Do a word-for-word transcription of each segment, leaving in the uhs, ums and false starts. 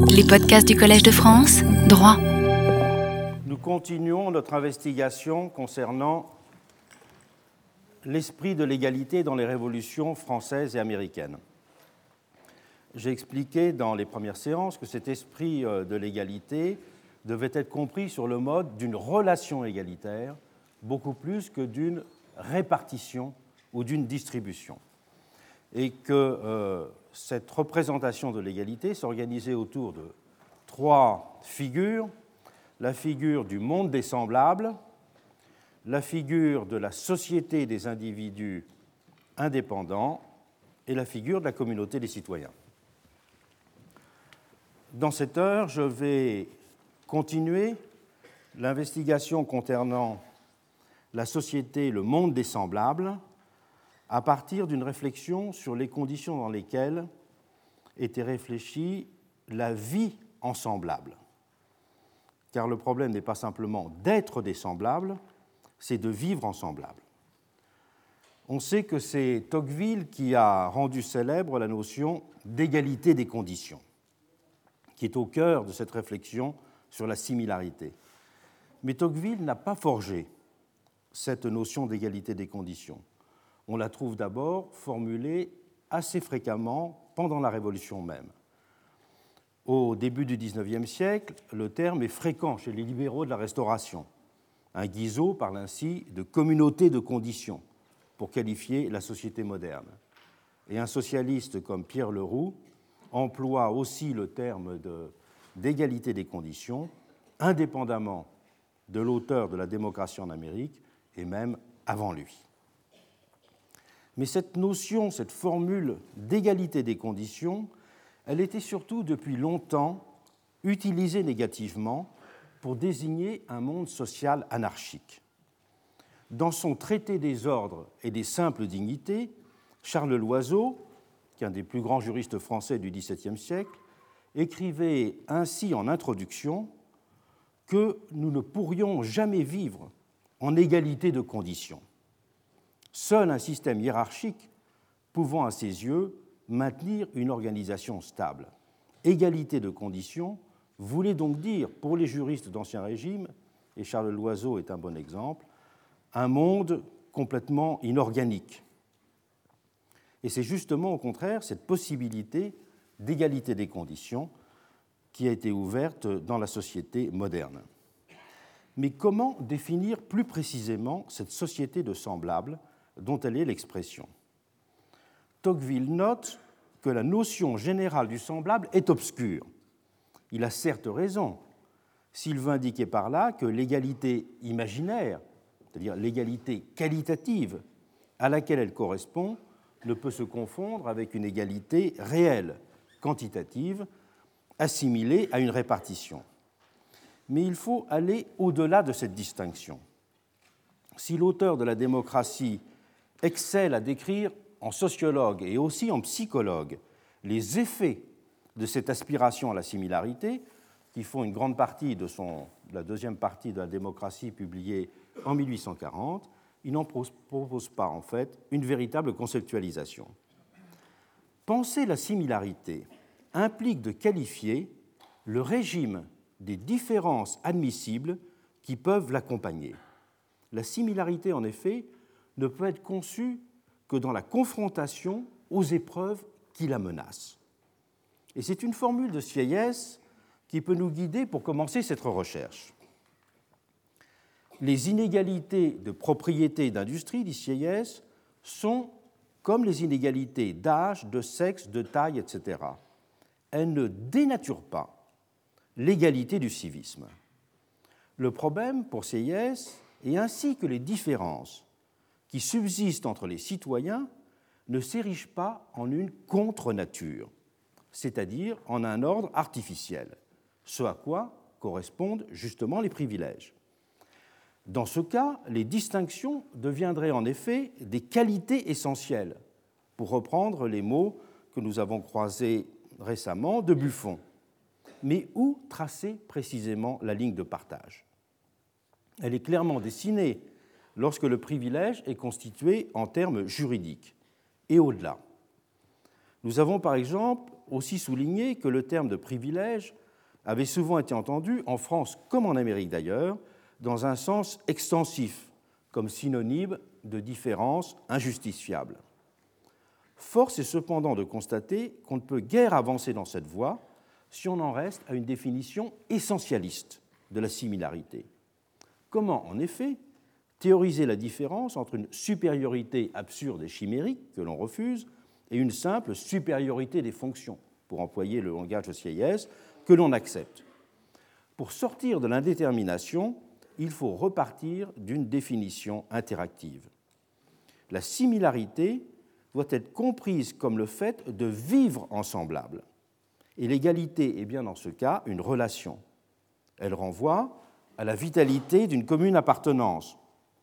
Les podcasts du Collège de France, droit. Nous continuons notre investigation concernant l'esprit de l'égalité dans les révolutions françaises et américaines. J'ai expliqué dans les premières séances que cet esprit de l'égalité devait être compris sur le mode d'une relation égalitaire, beaucoup plus que d'une répartition ou d'une distribution. Et que euh, cette représentation de l'égalité s'organisait autour de trois figures: la figure du monde des semblables, la figure de la société des individus indépendants et la figure de la communauté des citoyens. Dans cette heure, je vais continuer l'investigation concernant la société, le monde des semblables, à partir d'une réflexion sur les conditions dans lesquelles était réfléchie la vie en semblable. Car le problème n'est pas simplement d'être des semblables, c'est de vivre en semblable. On sait que c'est Tocqueville qui a rendu célèbre la notion d'égalité des conditions, qui est au cœur de cette réflexion sur la similarité. Mais Tocqueville n'a pas forgé cette notion d'égalité des conditions. On la trouve d'abord formulée assez fréquemment pendant la Révolution même. Au début du dix-neuvième siècle, le terme est fréquent chez les libéraux de la Restauration. Un Guizot parle ainsi de communauté de conditions pour qualifier la société moderne. Et un socialiste comme Pierre Leroux emploie aussi le terme de, d'égalité des conditions, indépendamment de l'auteur de la démocratie en Amérique et même avant lui. Mais cette notion, cette formule d'égalité des conditions, elle était surtout depuis longtemps utilisée négativement pour désigner un monde social anarchique. Dans son Traité des ordres et des simples dignités, Charles Loiseau, qui est un des plus grands juristes français du dix-septième siècle, écrivait ainsi en introduction que nous ne pourrions jamais vivre en égalité de conditions. Seul un système hiérarchique pouvant, à ses yeux, maintenir une organisation stable. Égalité de conditions voulait donc dire, pour les juristes d'Ancien Régime, et Charles Loiseau est un bon exemple, un monde complètement inorganique. Et c'est justement au contraire cette possibilité d'égalité des conditions qui a été ouverte dans la société moderne. Mais comment définir plus précisément cette société de semblables dont elle est l'expression? Tocqueville note que la notion générale du semblable est obscure. Il a certes raison s'il veut indiquer par là que l'égalité imaginaire, c'est-à-dire l'égalité qualitative à laquelle elle correspond, ne peut se confondre avec une égalité réelle, quantitative, assimilée à une répartition. Mais il faut aller au-delà de cette distinction. Si l'auteur de la démocratie excelle à décrire en sociologue et aussi en psychologue les effets de cette aspiration à la similarité, qui font une grande partie de son, la deuxième partie de la démocratie publiée en mille huit cent quarante, il n'en propose pas en fait une véritable conceptualisation. Penser la similarité implique de qualifier le régime des différences admissibles qui peuvent l'accompagner. La similarité, en effet, ne peut être conçue que dans la confrontation aux épreuves qui la menacent. Et c'est une formule de Sieyès qui peut nous guider pour commencer cette recherche. Les inégalités de propriété et d'industrie, dit Sieyès, sont comme les inégalités d'âge, de sexe, de taille, et cetera. Elles ne dénaturent pas l'égalité du civisme. Le problème, pour Sieyès, est ainsi que les différences qui subsistent entre les citoyens ne s'érigent pas en une contre-nature, c'est-à-dire en un ordre artificiel, ce à quoi correspondent justement les privilèges. Dans ce cas, les distinctions deviendraient en effet des qualités essentielles, pour reprendre les mots que nous avons croisés récemment de Buffon. Mais où tracer précisément la ligne de partage? Elle est clairement dessinée lorsque le privilège est constitué en termes juridiques et au-delà. Nous avons par exemple aussi souligner que le terme de privilège avait souvent été entendu, en France comme en Amérique d'ailleurs, dans un sens extensif, comme synonyme de différence injustifiable. Force est cependant de constater qu'on ne peut guère avancer dans cette voie si on en reste à une définition essentialiste de la similarité. Comment, en effet, théoriser la différence entre une supériorité absurde et chimérique, que l'on refuse, et une simple supériorité des fonctions, pour employer le langage de Sieyès, que l'on accepte? Pour sortir de l'indétermination, il faut repartir d'une définition interactive. La similarité doit être comprise comme le fait de vivre en semblable. Et l'égalité est bien dans ce cas une relation. Elle renvoie à la vitalité d'une commune appartenance,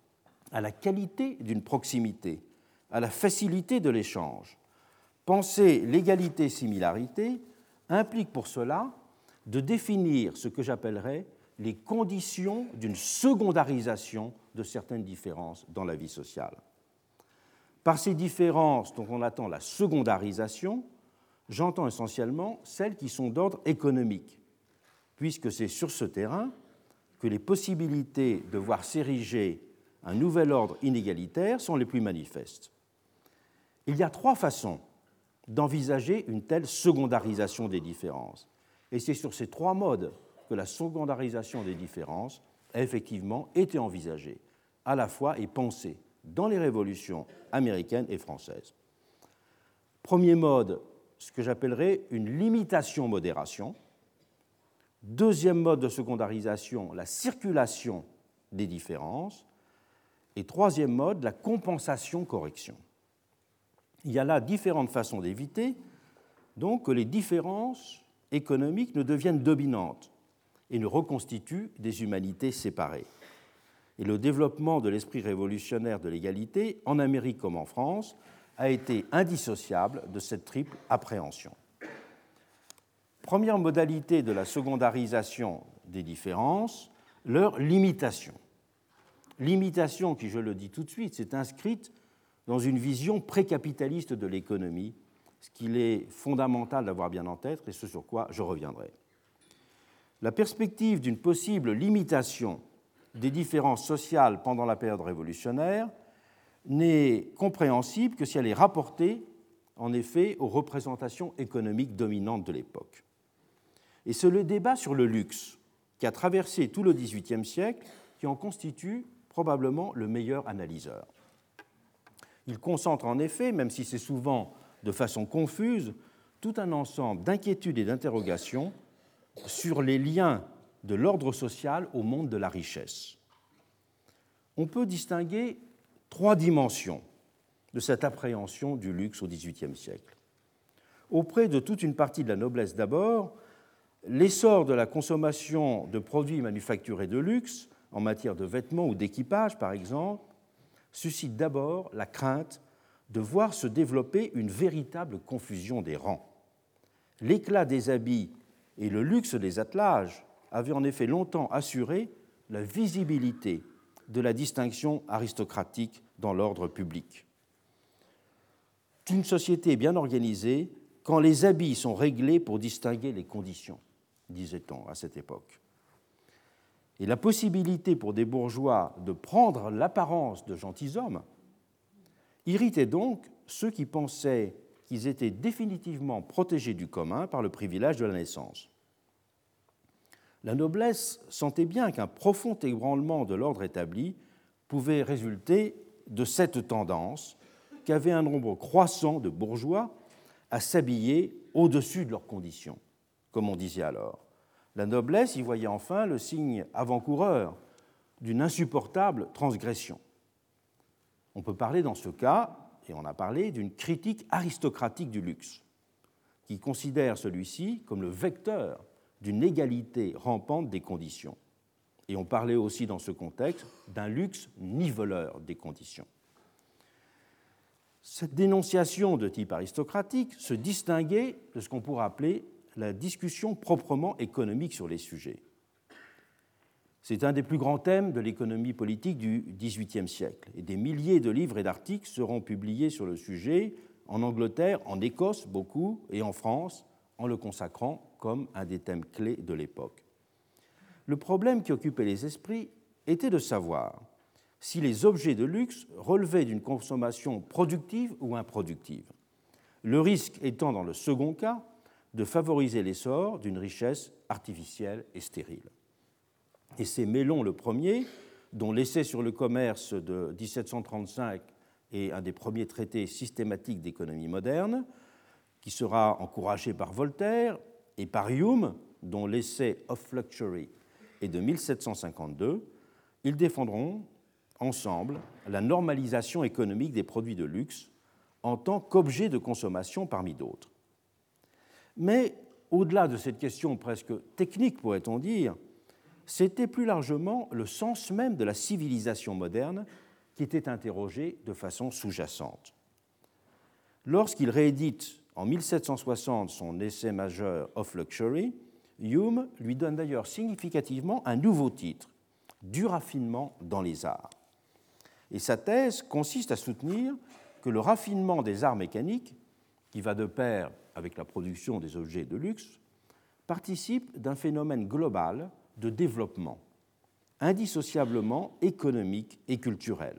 à la qualité d'une proximité, à la facilité de l'échange. Penser l'égalité-similarité implique pour cela de définir ce que j'appellerais les conditions d'une secondarisation de certaines différences dans la vie sociale. Par ces différences dont on attend la secondarisation, j'entends essentiellement celles qui sont d'ordre économique, puisque c'est sur ce terrain que les possibilités de voir s'ériger un nouvel ordre inégalitaire sont les plus manifestes. Il y a trois façons d'envisager une telle secondarisation des différences, et c'est sur ces trois modes que la secondarisation des différences a effectivement été envisagée, à la fois et pensée dans les révolutions américaines et françaises. Premier mode, ce que j'appellerais une limitation-modération. Deuxième mode de secondarisation, la circulation des différences. Et troisième mode, la compensation-correction. Il y a là différentes façons d'éviter donc que les différences économiques ne deviennent dominantes et ne reconstituent des humanités séparées. Et le développement de l'esprit révolutionnaire de l'égalité, en Amérique comme en France, a été indissociable de cette triple appréhension. Première modalité de la secondarisation des différences, leur limitation. Limitation qui, je le dis tout de suite, s'est inscrite dans une vision précapitaliste de l'économie, ce qu'il est fondamental d'avoir bien en tête et ce sur quoi je reviendrai. La perspective d'une possible limitation des différences sociales pendant la période révolutionnaire n'est compréhensible que si elle est rapportée, en effet, aux représentations économiques dominantes de l'époque. Et c'est le débat sur le luxe qui a traversé tout le dix-huitième siècle qui en constitue probablement le meilleur analyseur. Il concentre en effet, même si c'est souvent de façon confuse, tout un ensemble d'inquiétudes et d'interrogations sur les liens de l'ordre social au monde de la richesse. On peut distinguer trois dimensions de cette appréhension du luxe au dix-huitième siècle. Auprès de toute une partie de la noblesse d'abord, l'essor de la consommation de produits manufacturés de luxe, en matière de vêtements ou d'équipage par exemple, suscite d'abord la crainte de voir se développer une véritable confusion des rangs. L'éclat des habits et le luxe des attelages avaient en effet longtemps assuré la visibilité de la distinction aristocratique dans l'ordre public. Une société est bien organisée quand les habits sont réglés pour distinguer les conditions, disait-on à cette époque. Et la possibilité pour des bourgeois de prendre l'apparence de gentilshommes irritait donc ceux qui pensaient qu'ils étaient définitivement protégés du commun par le privilège de la naissance. La noblesse sentait bien qu'un profond ébranlement de l'ordre établi pouvait résulter de cette tendance qu'avait un nombre croissant de bourgeois à s'habiller au-dessus de leurs conditions, comme on disait alors. La noblesse y voyait enfin le signe avant-coureur d'une insupportable transgression. On peut parler dans ce cas, et on a parlé, d'une critique aristocratique du luxe, qui considère celui-ci comme le vecteur d'une égalité rampante des conditions. Et on parlait aussi dans ce contexte d'un luxe niveleur des conditions. Cette dénonciation de type aristocratique se distinguait de ce qu'on pourrait appeler la discussion proprement économique sur les sujets. C'est un des plus grands thèmes de l'économie politique du dix-huitième siècle, et des milliers de livres et d'articles seront publiés sur le sujet en Angleterre, en Écosse beaucoup, et en France en le consacrant comme un des thèmes clés de l'époque. Le problème qui occupait les esprits était de savoir si les objets de luxe relevaient d'une consommation productive ou improductive, le risque étant dans le second cas de favoriser l'essor d'une richesse artificielle et stérile. Et c'est Mellon le premier, dont l'essai sur le commerce de dix-sept cent trente-cinq est un des premiers traités systématiques d'économie moderne, qui sera encouragé par Voltaire, et par Hume, dont l'essai Of Luxury est de mille sept cent cinquante-deux, ils défendront ensemble la normalisation économique des produits de luxe en tant qu'objet de consommation parmi d'autres. Mais au-delà de cette question presque technique, pourrait-on dire, c'était plus largement le sens même de la civilisation moderne qui était interrogé de façon sous-jacente. Lorsqu'il réédite en mille sept cent soixante son essai majeur Of Luxury, Hume lui donne d'ailleurs significativement un nouveau titre, Du raffinement dans les arts. Et sa thèse consiste à soutenir que le raffinement des arts mécaniques, qui va de pair avec la production des objets de luxe, participe d'un phénomène global de développement, indissociablement économique et culturel.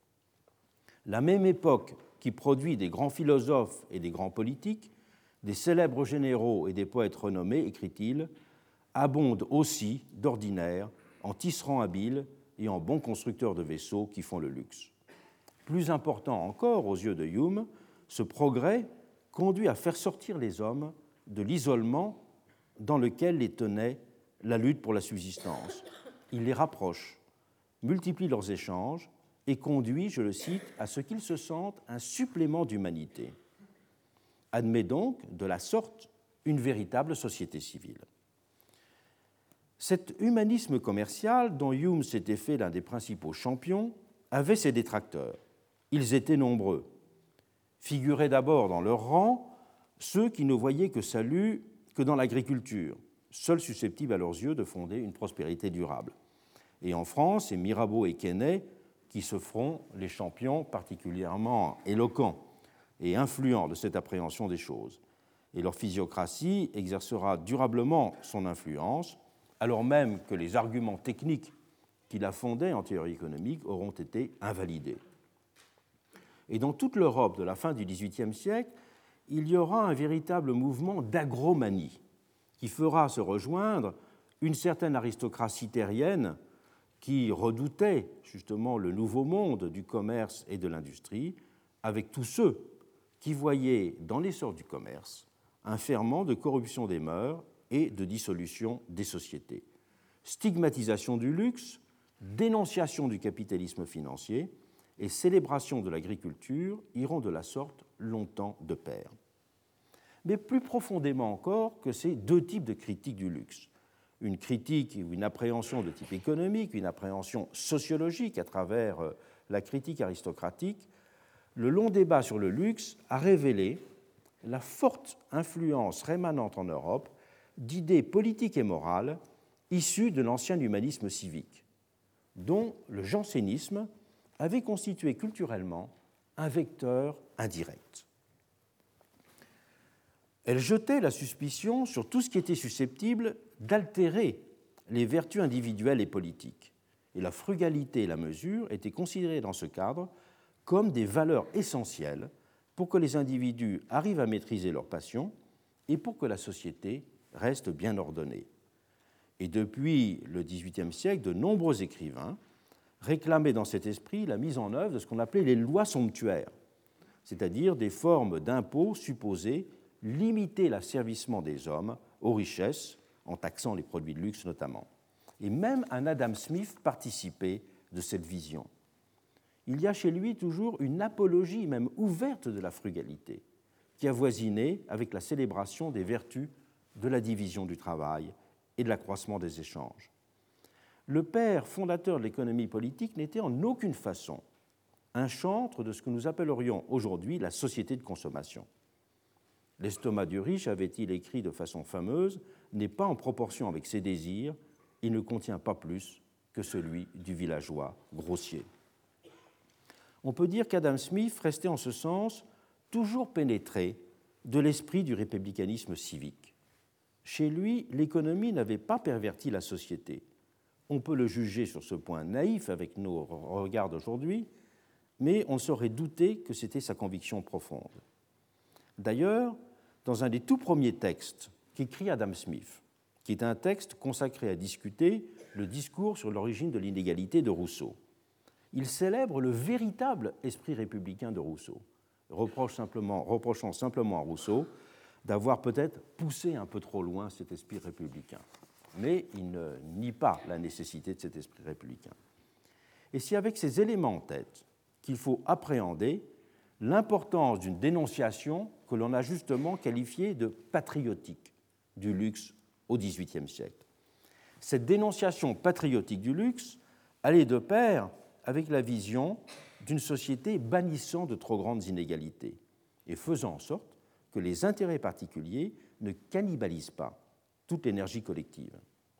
La même époque qui produit des grands philosophes et des grands politiques, des célèbres généraux et des poètes renommés, écrit-il, abonde aussi, d'ordinaire, en tisserands habiles et en bons constructeurs de vaisseaux qui font le luxe. Plus important encore aux yeux de Hume, ce progrès conduit à faire sortir les hommes de l'isolement dans lequel les tenait la lutte pour la subsistance. Il les rapproche, multiplie leurs échanges et conduit, je le cite, à ce qu'ils se sentent un supplément d'humanité. Admet donc, de la sorte, une véritable société civile. Cet humanisme commercial, dont Hume s'était fait l'un des principaux champions, avait ses détracteurs. Ils étaient nombreux. Figuraient d'abord dans leur rang ceux qui ne voyaient que salut que dans l'agriculture, seuls susceptibles à leurs yeux de fonder une prospérité durable. Et en France, c'est Mirabeau et Quesnay qui se feront les champions particulièrement éloquents et influents de cette appréhension des choses. Et leur physiocratie exercera durablement son influence, alors même que les arguments techniques qui la fondaient en théorie économique auront été invalidés. Et dans toute l'Europe de la fin du dix-huitième siècle, il y aura un véritable mouvement d'agromanie qui fera se rejoindre une certaine aristocratie terrienne qui redoutait justement le nouveau monde du commerce et de l'industrie, avec tous ceux qui voyaient dans l'essor du commerce un ferment de corruption des mœurs et de dissolution des sociétés. Stigmatisation du luxe, dénonciation du capitalisme financier et célébration de l'agriculture iront de la sorte longtemps de pair. Mais plus profondément encore que ces deux types de critiques du luxe, une critique ou une appréhension de type économique, une appréhension sociologique à travers la critique aristocratique, le long débat sur le luxe a révélé la forte influence rémanente en Europe d'idées politiques et morales issues de l'ancien humanisme civique, dont le jansénisme avait constitué culturellement un vecteur indirect. Elle jetait la suspicion sur tout ce qui était susceptible d'altérer les vertus individuelles et politiques, et la frugalité et la mesure étaient considérées dans ce cadre comme des valeurs essentielles pour que les individus arrivent à maîtriser leurs passions et pour que la société reste bien ordonnée. Et depuis le dix-huitième siècle, de nombreux écrivains réclamaient dans cet esprit la mise en œuvre de ce qu'on appelait les lois somptuaires, c'est-à-dire des formes d'impôts supposées limiter l'asservissement des hommes aux richesses, en taxant les produits de luxe notamment. Et même un Adam Smith participait de cette vision. Il y a chez lui toujours une apologie, même ouverte, de la frugalité, qui avoisinait avec la célébration des vertus de la division du travail et de l'accroissement des échanges. Le père fondateur de l'économie politique n'était en aucune façon un chantre de ce que nous appellerions aujourd'hui la société de consommation. L'estomac du riche, avait-il écrit de façon fameuse, n'est pas en proportion avec ses désirs, il ne contient pas plus que celui du villageois grossier. On peut dire qu'Adam Smith restait en ce sens toujours pénétré de l'esprit du républicanisme civique. Chez lui, l'économie n'avait pas perverti la société. On peut le juger sur ce point naïf avec nos regards d'aujourd'hui, mais on saurait douter que c'était sa conviction profonde. D'ailleurs, dans un des tout premiers textes qu'écrit Adam Smith, qui est un texte consacré à discuter le discours sur l'origine de l'inégalité de Rousseau, il célèbre le véritable esprit républicain de Rousseau, reproche simplement, reprochant simplement à Rousseau d'avoir peut-être poussé un peu trop loin cet esprit républicain. Mais il ne nie pas la nécessité de cet esprit républicain. Et c'est avec ces éléments en tête qu'il faut appréhender l'importance d'une dénonciation que l'on a justement qualifiée de patriotique du luxe au dix-huitième siècle. Cette dénonciation patriotique du luxe allait de pair avec la vision d'une société bannissant de trop grandes inégalités et faisant en sorte que les intérêts particuliers ne cannibalisent pas toute l'énergie collective.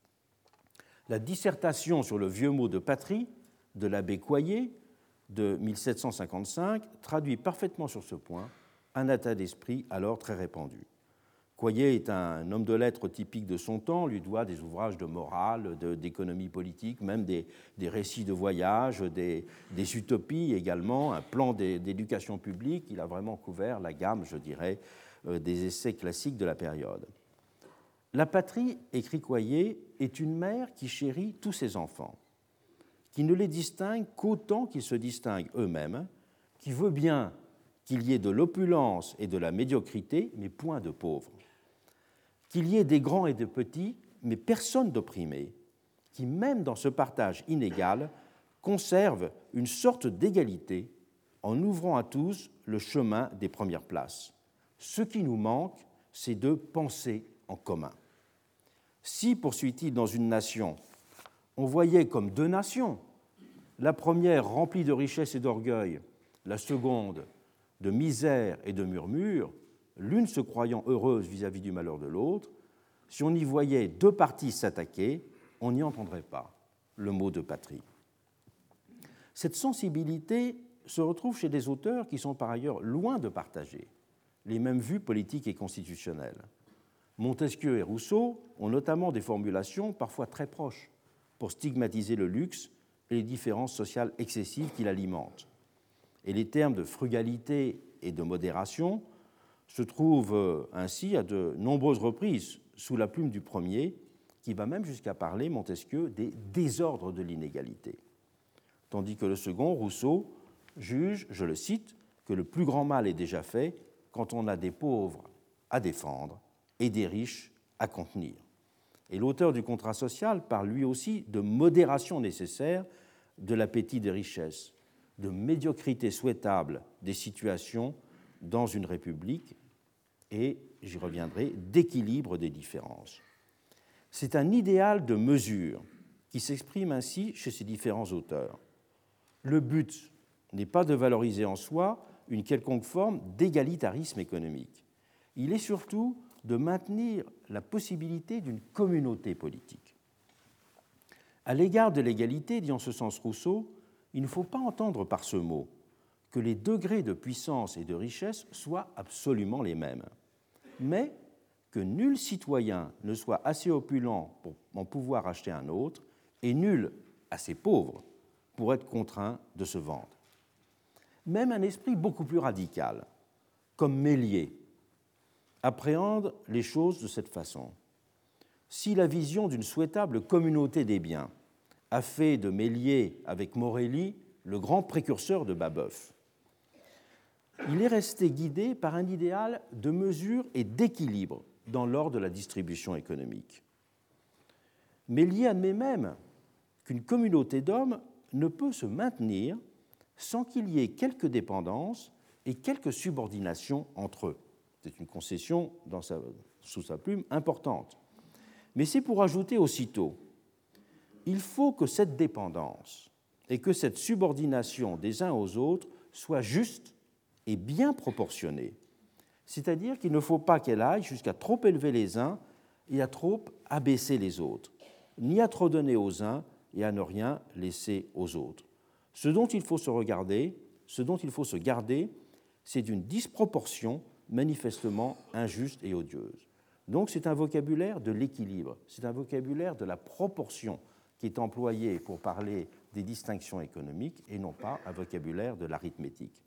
La dissertation sur le vieux mot de patrie de l'abbé Coyer de mille sept cent cinquante-cinq traduit parfaitement sur ce point un état d'esprit alors très répandu. Coyer est un homme de lettres typique de son temps, lui doit des ouvrages de morale, de, d'économie politique, même des, des récits de voyage, des, des utopies également, un plan d'éducation publique. Il a vraiment couvert la gamme, je dirais, des essais classiques de la période. La patrie, écrit Coyer, est une mère qui chérit tous ses enfants, qui ne les distingue qu'autant qu'ils se distinguent eux-mêmes, qui veut bien qu'il y ait de l'opulence et de la médiocrité, mais point de pauvres, qu'il y ait des grands et des petits, mais personne d'opprimés, qui, même dans ce partage inégal, conserve une sorte d'égalité en ouvrant à tous le chemin des premières places. Ce qui nous manque, c'est de penser en commun. Si, poursuit-il, dans une nation, on voyait comme deux nations, la première remplie de richesse et d'orgueil, la seconde de misère et de murmures, l'une se croyant heureuse vis-à-vis du malheur de l'autre, si on y voyait deux parties s'attaquer, on n'y entendrait pas le mot de patrie. Cette sensibilité se retrouve chez des auteurs qui sont par ailleurs loin de partager les mêmes vues politiques et constitutionnelles. Montesquieu et Rousseau ont notamment des formulations parfois très proches pour stigmatiser le luxe et les différences sociales excessives qui l'alimentent. Et les termes de frugalité et de modération se trouvent ainsi à de nombreuses reprises sous la plume du premier, qui va même jusqu'à parler, Montesquieu, des désordres de l'inégalité. Tandis que le second, Rousseau, juge, je le cite, que le plus grand mal est déjà fait quand on a des pauvres à défendre et des riches à contenir. Et l'auteur du Contrat social parle lui aussi de modération nécessaire de l'appétit des richesses, de médiocrité souhaitable des situations dans une république et, j'y reviendrai, d'équilibre des différences. C'est un idéal de mesure qui s'exprime ainsi chez ces différents auteurs. Le but n'est pas de valoriser en soi une quelconque forme d'égalitarisme économique. Il est surtout de maintenir la possibilité d'une communauté politique. À l'égard de l'égalité, dit en ce sens Rousseau, il ne faut pas entendre par ce mot que les degrés de puissance et de richesse soient absolument les mêmes, mais que nul citoyen ne soit assez opulent pour en pouvoir acheter un autre et nul assez pauvre pour être contraint de se vendre. Même un esprit beaucoup plus radical, comme Méliès, appréhende les choses de cette façon. Si la vision d'une souhaitable communauté des biens a fait de Méliès, avec Morelli, le grand précurseur de Babeuf, il est resté guidé par un idéal de mesure et d'équilibre dans l'ordre de la distribution économique. Méliès admet même qu'une communauté d'hommes ne peut se maintenir sans qu'il y ait quelques dépendances et quelques subordinations entre eux. C'est une concession dans sa, sous sa plume importante. Mais c'est pour ajouter aussitôt, il faut que cette dépendance et que cette subordination des uns aux autres soit juste et bien proportionnée. C'est-à-dire qu'il ne faut pas qu'elle aille jusqu'à trop élever les uns et à trop abaisser les autres, ni à trop donner aux uns et à ne rien laisser aux autres. Ce dont il faut se regarder, ce dont il faut se garder, c'est d'une disproportion manifestement injuste et odieuse. Donc c'est un vocabulaire de l'équilibre, c'est un vocabulaire de la proportion qui est employé pour parler des distinctions économiques et non pas un vocabulaire de l'arithmétique.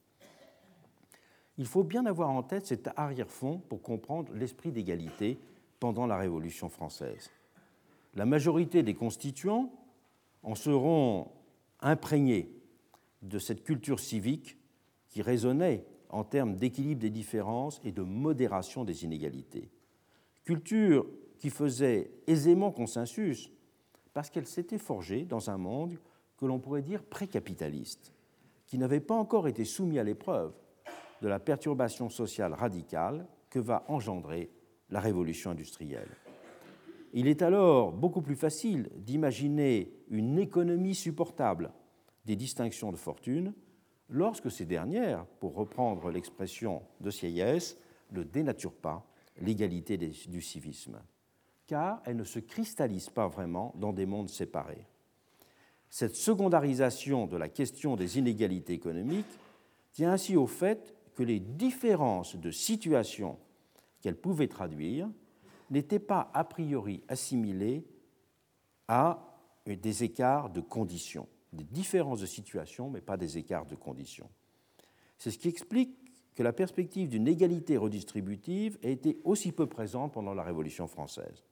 Il faut bien avoir en tête cet arrière-fond pour comprendre l'esprit d'égalité pendant la Révolution française. La majorité des constituants en seront imprégnés de cette culture civique qui résonnait en termes d'équilibre des différences et de modération des inégalités. Culture qui faisait aisément consensus parce qu'elle s'était forgée dans un monde que l'on pourrait dire pré-capitaliste, qui n'avait pas encore été soumis à l'épreuve de la perturbation sociale radicale que va engendrer la révolution industrielle. Il est alors beaucoup plus facile d'imaginer une économie supportable des distinctions de fortune lorsque ces dernières, pour reprendre l'expression de Sieyès, ne dénaturent pas l'égalité du civisme, car elles ne se cristallisent pas vraiment dans des mondes séparés. Cette secondarisation de la question des inégalités économiques tient ainsi au fait que les différences de situation qu'elles pouvaient traduire n'étaient pas a priori assimilées à des écarts de conditions, des différences de situation, mais pas des écarts de conditions. C'est ce qui explique que la perspective d'une égalité redistributive a été aussi peu présente pendant la Révolution française.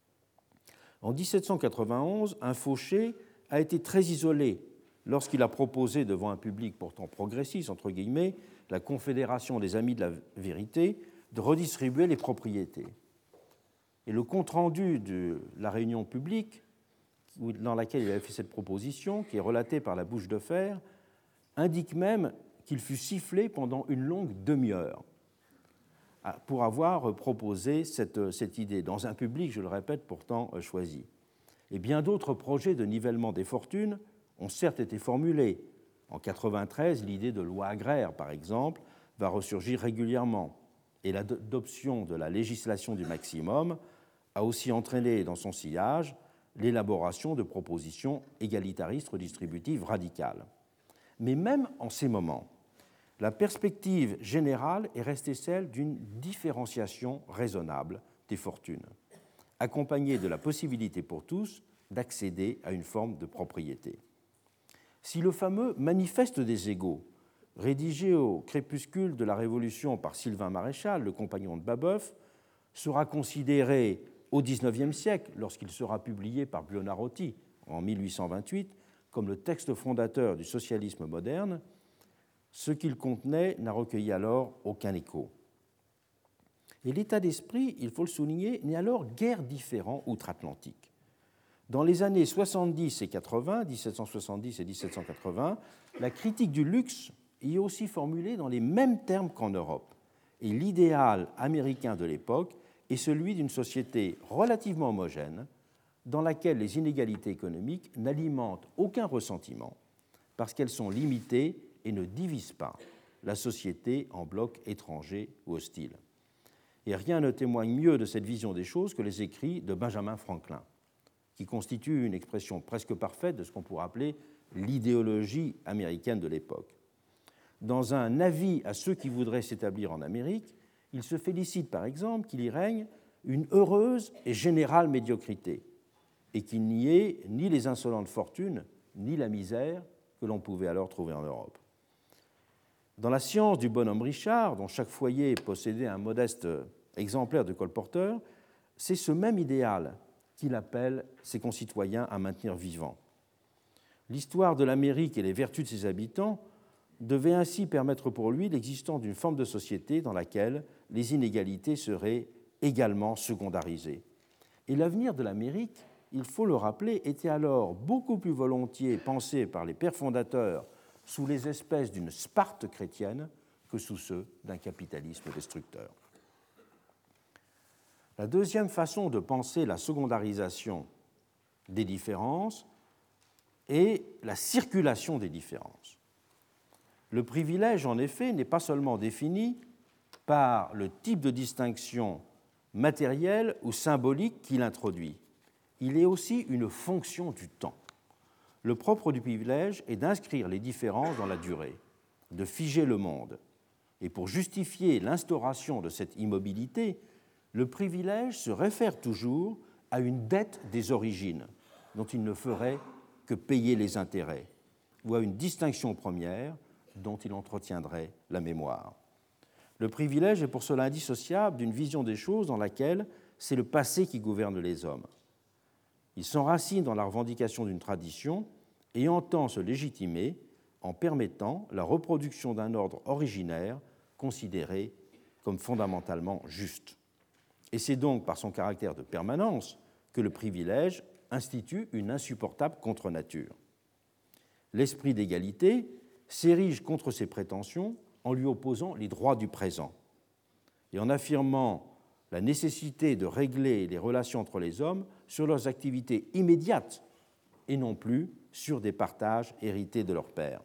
En dix-sept cent quatre-vingt-onze, un Fauché a été très isolé lorsqu'il a proposé devant un public pourtant progressiste, entre guillemets, la Confédération des Amis de la Vérité, de redistribuer les propriétés. Et le compte-rendu de la réunion publique dans laquelle il avait fait cette proposition, qui est relatée par la bouche de fer, indique même qu'il fut sifflé pendant une longue demi-heure pour avoir proposé cette, cette idée dans un public, je le répète, pourtant choisi. Et bien d'autres projets de nivellement des fortunes ont certes été formulés. En mille neuf cent quatre-vingt-treize, l'idée de loi agraire, par exemple, va ressurgir régulièrement. Et l'adoption de la législation du maximum a aussi entraîné dans son sillage l'élaboration de propositions égalitaristes redistributives radicales. Mais même en ces moments, la perspective générale est restée celle d'une différenciation raisonnable des fortunes, accompagnée de la possibilité pour tous d'accéder à une forme de propriété. Si le fameux Manifeste des égaux, rédigé au crépuscule de la Révolution par Sylvain Maréchal, le compagnon de Babeuf, sera considéré au dix-neuvième siècle, lorsqu'il sera publié par Buonarroti en mille huit cent vingt-huit, comme le texte fondateur du socialisme moderne, ce qu'il contenait n'a recueilli alors aucun écho. Et l'état d'esprit, il faut le souligner, n'est alors guère différent outre-Atlantique. Dans les années soixante-dix et quatre-vingts, dix-sept cent soixante-dix et dix-sept cent quatre-vingts, la critique du luxe y est aussi formulée dans les mêmes termes qu'en Europe. Et l'idéal américain de l'époque est celui d'une société relativement homogène dans laquelle les inégalités économiques n'alimentent aucun ressentiment parce qu'elles sont limitées et ne divisent pas la société en blocs étrangers ou hostiles. Et rien ne témoigne mieux de cette vision des choses que les écrits de Benjamin Franklin, qui constituent une expression presque parfaite de ce qu'on pourrait appeler l'idéologie américaine de l'époque. Dans un avis à ceux qui voudraient s'établir en Amérique, il se félicite par exemple qu'il y règne une heureuse et générale médiocrité, et qu'il n'y ait ni les insolentes fortunes, ni la misère que l'on pouvait alors trouver en Europe. Dans la science du bonhomme Richard, dont chaque foyer possédait un modeste exemplaire de colporteur, c'est ce même idéal qu'il appelle ses concitoyens à maintenir vivant. L'histoire de l'Amérique et les vertus de ses habitants devait ainsi permettre pour lui l'existence d'une forme de société dans laquelle les inégalités seraient également secondarisées. Et l'avenir de l'Amérique, il faut le rappeler, était alors beaucoup plus volontiers pensé par les pères fondateurs sous les espèces d'une Sparte chrétienne que sous ceux d'un capitalisme destructeur. La deuxième façon de penser la secondarisation des différences est la circulation des différences. Le privilège, en effet, n'est pas seulement défini par le type de distinction matérielle ou symbolique qu'il introduit. Il est aussi une fonction du temps. Le propre du privilège est d'inscrire les différences dans la durée, de figer le monde. Et pour justifier l'instauration de cette immobilité, le privilège se réfère toujours à une dette des origines dont il ne ferait que payer les intérêts, ou à une distinction première dont il entretiendrait la mémoire. Le privilège est pour cela indissociable d'une vision des choses dans laquelle c'est le passé qui gouverne les hommes. Il s'enracine dans la revendication d'une tradition et entend se légitimer en permettant la reproduction d'un ordre originaire considéré comme fondamentalement juste. Et c'est donc par son caractère de permanence que le privilège institue une insupportable contre-nature. L'esprit d'égalité s'érige contre ces prétentions en lui opposant les droits du présent et en affirmant la nécessité de régler les relations entre les hommes sur leurs activités immédiates et non plus sur des partages hérités de leur père.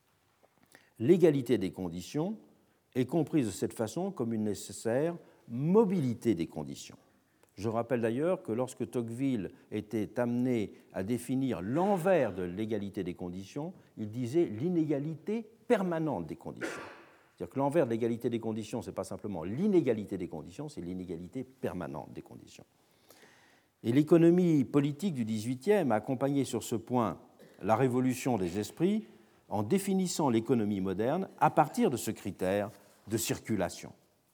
L'égalité des conditions est comprise de cette façon comme une nécessaire mobilité des conditions. Je rappelle d'ailleurs que lorsque Tocqueville était amené à définir l'envers de l'égalité des conditions, il disait l'inégalité permanente des conditions. C'est-à-dire que l'envers de l'égalité des conditions, ce n'est pas simplement l'inégalité des conditions, c'est l'inégalité permanente des conditions. Et l'économie politique du dix-huitième a accompagné sur ce point la révolution des esprits en définissant l'économie moderne à partir de ce critère de circulation.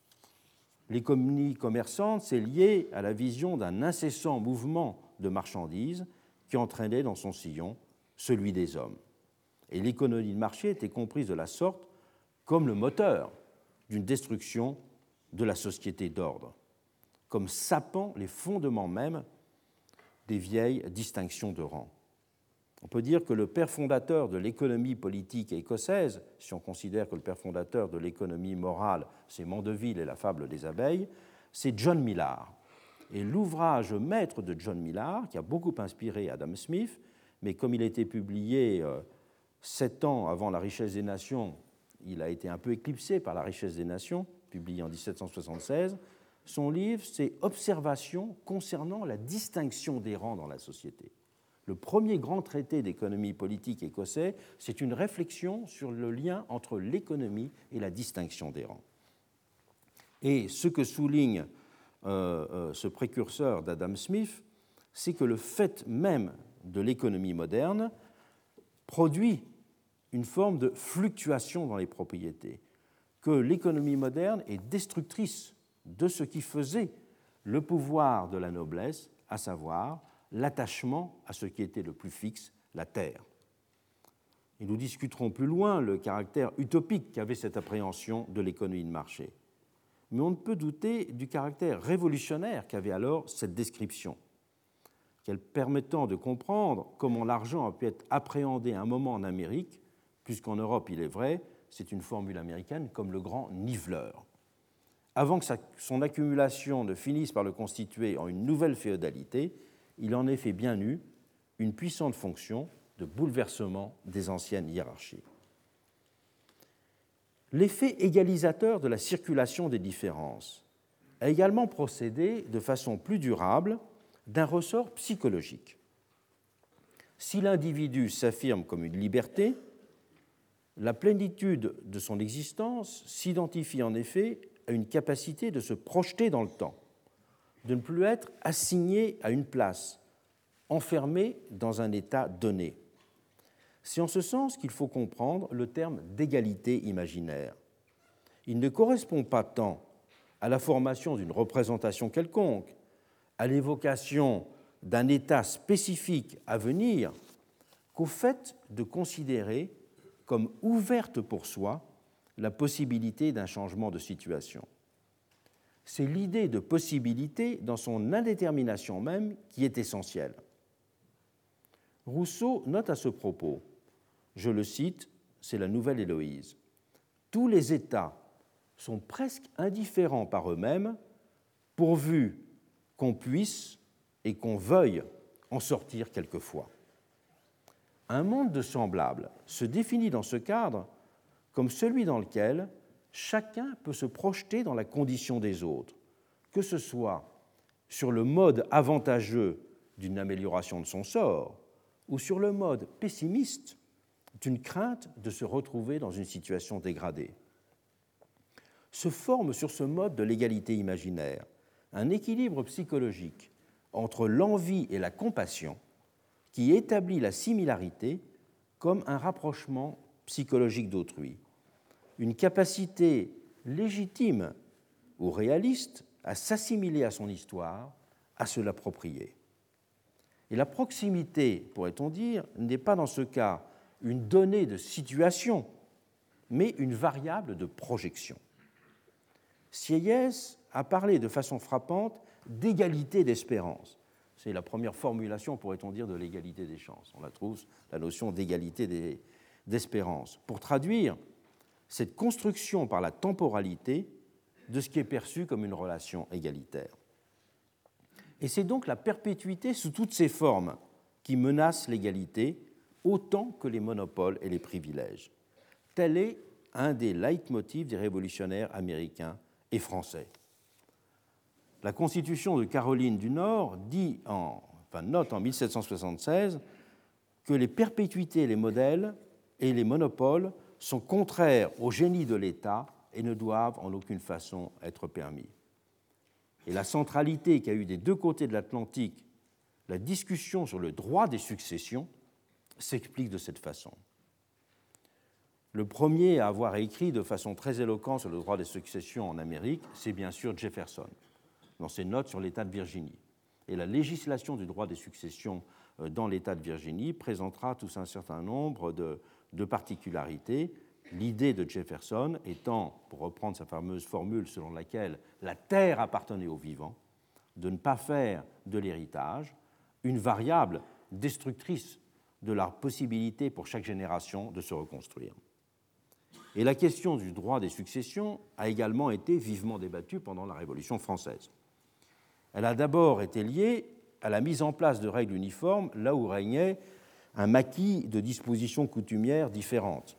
L'économie commerçante s'est liée à la vision d'un incessant mouvement de marchandises qui entraînait dans son sillon celui des hommes. Et l'économie de marché était comprise de la sorte comme le moteur d'une destruction de la société d'ordre, comme sapant les fondements mêmes des vieilles distinctions de rang. On peut dire que le père fondateur de l'économie politique écossaise, si on considère que le père fondateur de l'économie morale, c'est Mandeville et la fable des abeilles, c'est John Millard. Et l'ouvrage maître de John Millard, qui a beaucoup inspiré Adam Smith, mais comme il a été publié euh, sept ans avant La richesse des nations, il a été un peu éclipsé par La richesse des nations, publié en dix-sept cent soixante-seize, son livre, c'est Observations concernant la distinction des rangs dans la société. Le premier grand traité d'économie politique écossais, c'est une réflexion sur le lien entre l'économie et la distinction des rangs. Et ce que souligne euh, euh, ce précurseur d'Adam Smith, c'est que le fait même de l'économie moderne produit une forme de fluctuation dans les propriétés, que l'économie moderne est destructrice de ce qui faisait le pouvoir de la noblesse, à savoir l'attachement à ce qui était le plus fixe, la terre. Et nous discuterons plus loin le caractère utopique qu'avait cette appréhension de l'économie de marché. Mais on ne peut douter du caractère révolutionnaire qu'avait alors cette description, qu'elle permettant de comprendre comment l'argent a pu être appréhendé à un moment en Amérique, puisqu'en Europe, il est vrai, c'est une formule américaine comme le grand niveleur. Avant que sa, son accumulation ne finisse par le constituer en une nouvelle féodalité, il en est fait bien eu une puissante fonction de bouleversement des anciennes hiérarchies. L'effet égalisateur de la circulation des différences a également procédé de façon plus durable d'un ressort psychologique. Si l'individu s'affirme comme une liberté, la plénitude de son existence s'identifie en effet à une capacité de se projeter dans le temps, de ne plus être assigné à une place, enfermé dans un état donné. C'est en ce sens qu'il faut comprendre le terme d'égalité imaginaire. Il ne correspond pas tant à la formation d'une représentation quelconque, à l'évocation d'un état spécifique à venir, qu'au fait de considérer comme ouverte pour soi la possibilité d'un changement de situation. C'est l'idée de possibilité dans son indétermination même qui est essentielle. Rousseau note à ce propos, je le cite, c'est la Nouvelle Héloïse, « Tous les États sont presque indifférents par eux-mêmes pourvu qu'on puisse et qu'on veuille en sortir quelquefois. » Un monde de semblables se définit dans ce cadre comme celui dans lequel chacun peut se projeter dans la condition des autres, que ce soit sur le mode avantageux d'une amélioration de son sort ou sur le mode pessimiste d'une crainte de se retrouver dans une situation dégradée. Se forme sur ce mode de l'égalité imaginaire un équilibre psychologique entre l'envie et la compassion qui établit la similarité comme un rapprochement psychologique d'autrui, une capacité légitime ou réaliste à s'assimiler à son histoire, à se l'approprier. Et la proximité, pourrait-on dire, n'est pas dans ce cas une donnée de situation, mais une variable de projection. Sieyès a parlé de façon frappante d'égalité d'espérance. C'est la première formulation, pourrait-on dire, de l'égalité des chances. On la trouve, la notion d'égalité d'espérance, pour traduire cette construction par la temporalité de ce qui est perçu comme une relation égalitaire. Et c'est donc la perpétuité sous toutes ses formes qui menace l'égalité autant que les monopoles et les privilèges. Tel est un des leitmotifs des révolutionnaires américains et français. La Constitution de Caroline du Nord dit en, enfin, note en mille sept cent soixante-seize que les perpétuités, les modèles et les monopoles sont contraires au génie de l'État et ne doivent en aucune façon être permis. Et la centralité qu'a eue des deux côtés de l'Atlantique la discussion sur le droit des successions s'explique de cette façon. Le premier à avoir écrit de façon très éloquente sur le droit des successions en Amérique, c'est bien sûr Jefferson, dans ses notes sur l'État de Virginie. Et la législation du droit des successions dans l'État de Virginie présentera tout un certain nombre de, de particularités. L'idée de Jefferson étant, pour reprendre sa fameuse formule selon laquelle la terre appartenait aux vivants, de ne pas faire de l'héritage une variable destructrice de la possibilité pour chaque génération de se reconstruire. Et la question du droit des successions a également été vivement débattue pendant la Révolution française. Elle a d'abord été liée à la mise en place de règles uniformes là où régnait un maquis de dispositions coutumières différentes.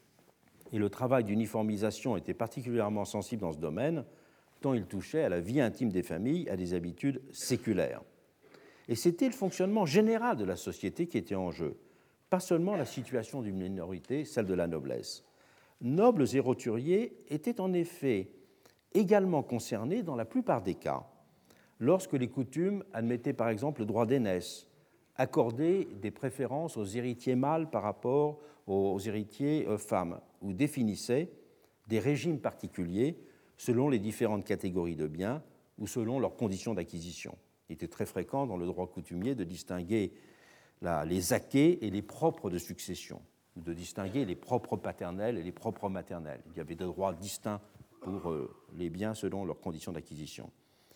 Et le travail d'uniformisation était particulièrement sensible dans ce domaine, tant il touchait à la vie intime des familles, à des habitudes séculaires. Et c'était le fonctionnement général de la société qui était en jeu, pas seulement la situation d'une minorité, celle de la noblesse. Nobles et roturiers étaient en effet également concernés dans la plupart des cas, lorsque les coutumes admettaient par exemple le droit d'aînesse, accorder des préférences aux héritiers mâles par rapport aux héritiers femmes, ou définissaient des régimes particuliers selon les différentes catégories de biens ou selon leurs conditions d'acquisition. Il était très fréquent dans le droit coutumier de distinguer la, les acquets et les propres de succession, ou de distinguer les propres paternels et les propres maternels. Il y avait des droits distincts pour euh, les biens selon leurs conditions d'acquisition.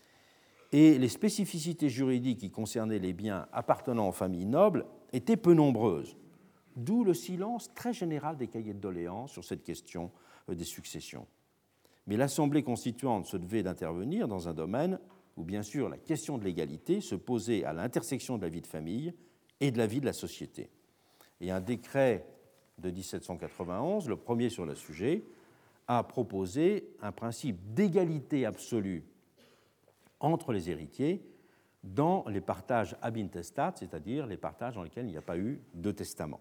Et les spécificités juridiques qui concernaient les biens appartenant aux familles nobles étaient peu nombreuses, d'où le silence très général des cahiers de doléances sur cette question des successions. Mais l'Assemblée constituante se devait d'intervenir dans un domaine où, bien sûr, la question de l'égalité se posait à l'intersection de la vie de famille et de la vie de la société. Et un décret de dix-sept cent quatre-vingt-onze, le premier sur le sujet, a proposé un principe d'égalité absolue entre les héritiers dans les partages ab intestat, c'est-à-dire les partages dans lesquels il n'y a pas eu de testament.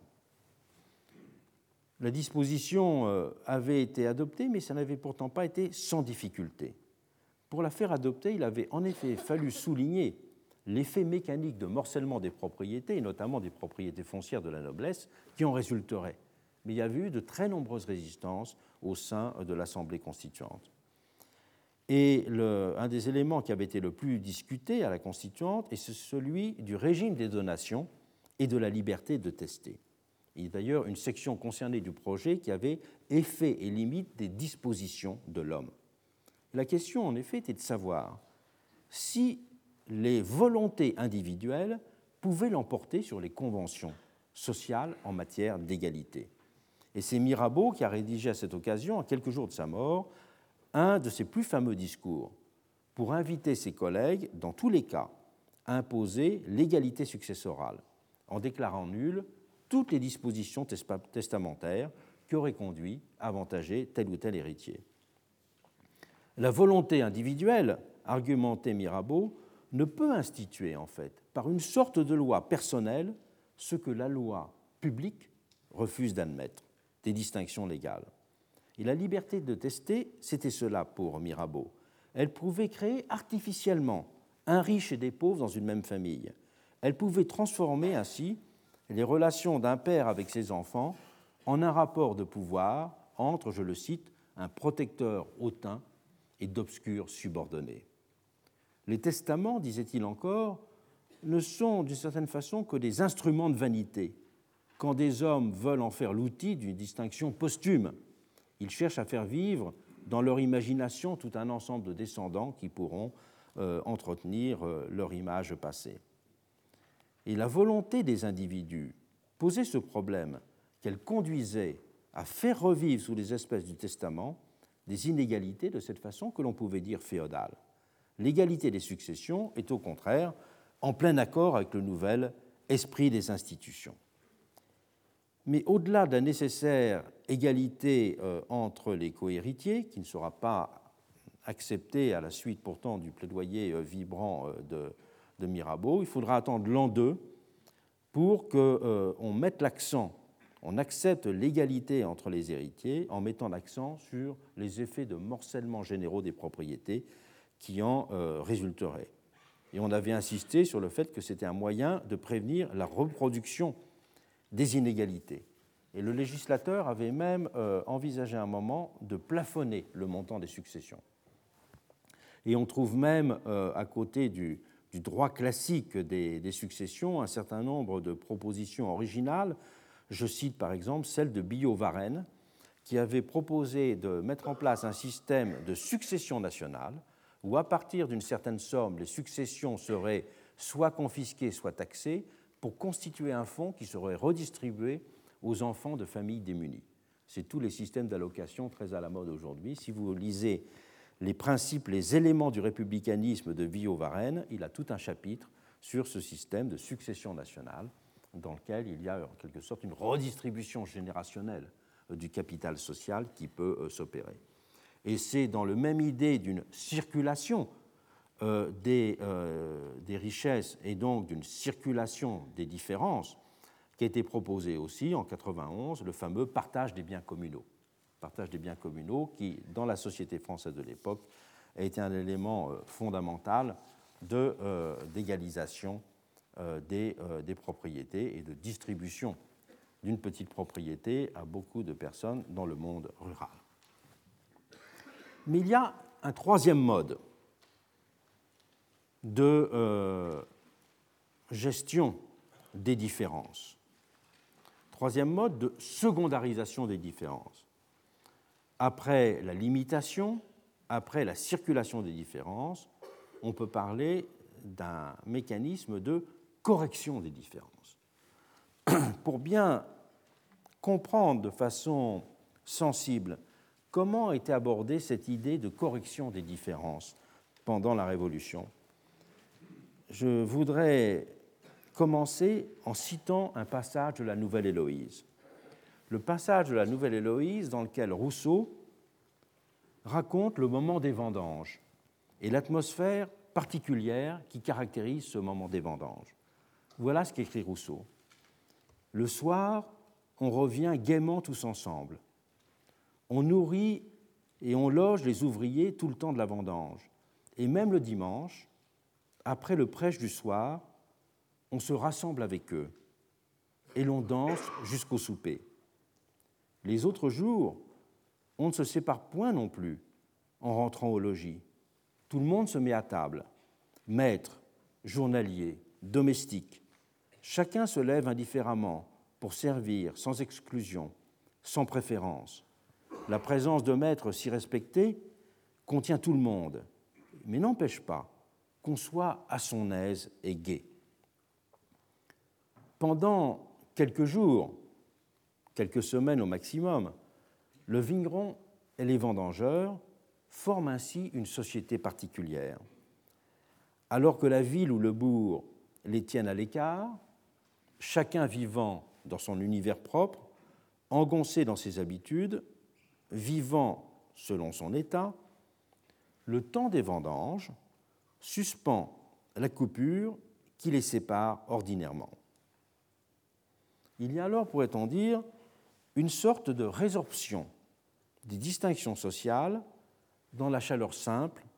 La disposition avait été adoptée, mais ça n'avait pourtant pas été sans difficulté. Pour la faire adopter, il avait en effet fallu souligner l'effet mécanique de morcellement des propriétés, et notamment des propriétés foncières de la noblesse, qui en résulterait. Mais il y avait eu de très nombreuses résistances au sein de l'Assemblée constituante. Et le, un des éléments qui avait été le plus discuté à la Constituante est celui du régime des donations et de la liberté de tester. Il y a d'ailleurs une section concernée du projet qui avait effet et limite des dispositions de l'homme. La question, en effet, était de savoir si les volontés individuelles pouvaient l'emporter sur les conventions sociales en matière d'égalité. Et c'est Mirabeau qui a rédigé à cette occasion, à quelques jours de sa mort, un de ses plus fameux discours pour inviter ses collègues, dans tous les cas, à imposer l'égalité successorale, en déclarant nulles toutes les dispositions testamentaires qui auraient conduit à avantager tel ou tel héritier. La volonté individuelle, argumentait Mirabeau, ne peut instituer, en fait, par une sorte de loi personnelle, ce que la loi publique refuse d'admettre, des distinctions légales. Et la liberté de tester, c'était cela pour Mirabeau, elle pouvait créer artificiellement un riche et des pauvres dans une même famille. Elle pouvait transformer ainsi les relations d'un père avec ses enfants en un rapport de pouvoir entre, je le cite, un protecteur hautain et d'obscurs subordonnés. Les testaments, disait-il encore, ne sont d'une certaine façon que des instruments de vanité. Quand des hommes veulent en faire l'outil d'une distinction posthume, ils cherchent à faire vivre dans leur imagination tout un ensemble de descendants qui pourront euh, entretenir euh, leur image passée. Et la volonté des individus posait ce problème qu'elle conduisait à faire revivre sous les espèces du testament des inégalités de cette façon que l'on pouvait dire féodale. L'égalité des successions est au contraire en plein accord avec le nouvel esprit des institutions. Mais au-delà de la nécessaire égalité euh, entre les cohéritiers, qui ne sera pas acceptée à la suite pourtant du plaidoyer euh, vibrant euh, de, de Mirabeau, il faudra attendre l'an deux pour qu'on euh, mette l'accent, on accepte l'égalité entre les héritiers en mettant l'accent sur les effets de morcellement généraux des propriétés qui en euh, résulteraient. Et on avait insisté sur le fait que c'était un moyen de prévenir la reproduction des inégalités. Et le législateur avait même euh, envisagé un moment de plafonner le montant des successions. Et on trouve même, euh, à côté du, du droit classique des, des successions, un certain nombre de propositions originales. Je cite par exemple celle de Billaud-Varenne, qui avait proposé de mettre en place un système de succession nationale, où à partir d'une certaine somme, les successions seraient soit confisquées, soit taxées, pour constituer un fonds qui serait redistribué aux enfants de familles démunies. C'est tous les systèmes d'allocation très à la mode aujourd'hui. Si vous lisez les principes, les éléments du républicanisme de Billaud-Varenne, il a tout un chapitre sur ce système de succession nationale, dans lequel il y a en quelque sorte une redistribution générationnelle du capital social qui peut s'opérer. Et c'est dans la même idée d'une circulation euh, des, euh, des richesses et donc d'une circulation des différences qu'a été proposé aussi en quatre-vingt-onze le fameux partage des biens communaux. Partage des biens communaux qui, dans la société française de l'époque, a été un élément euh, fondamental de, euh, d'égalisation euh, des, euh, des propriétés et de distribution d'une petite propriété à beaucoup de personnes dans le monde rural. Mais il y a un troisième mode de euh, gestion des différences, troisième mode de secondarisation des différences. Après la limitation, après la circulation des différences, on peut parler d'un mécanisme de correction des différences. Pour bien comprendre de façon sensible comment a été abordée cette idée de correction des différences pendant la Révolution, je voudrais commencer en citant un passage de la Nouvelle Héloïse. Le passage de la Nouvelle Héloïse dans lequel Rousseau raconte le moment des vendanges et l'atmosphère particulière qui caractérise ce moment des vendanges. Voilà ce qu'écrit Rousseau. « Le soir, on revient gaiement tous ensemble. On nourrit et on loge les ouvriers tout le temps de la vendange. Et même le dimanche, après le prêche du soir, on se rassemble avec eux et l'on danse jusqu'au souper. Les autres jours, on ne se sépare point non plus en rentrant au logis. Tout le monde se met à table, maître, journalier, domestique. Chacun se lève indifféremment pour servir sans exclusion, sans préférence. La présence de maîtres si respectés contient tout le monde, mais n'empêche pas qu'on soit à son aise et gai. Pendant quelques jours, quelques semaines au maximum, le vigneron et les vendangeurs forment ainsi une société particulière. Alors que la ville ou le bourg les tiennent à l'écart, chacun vivant dans son univers propre, engoncé dans ses habitudes, vivant selon son état, le temps des vendanges suspend la coupure qui les sépare ordinairement. Il y a alors, pourrait-on dire, une sorte de résorption des distinctions sociales dans la chaleur simple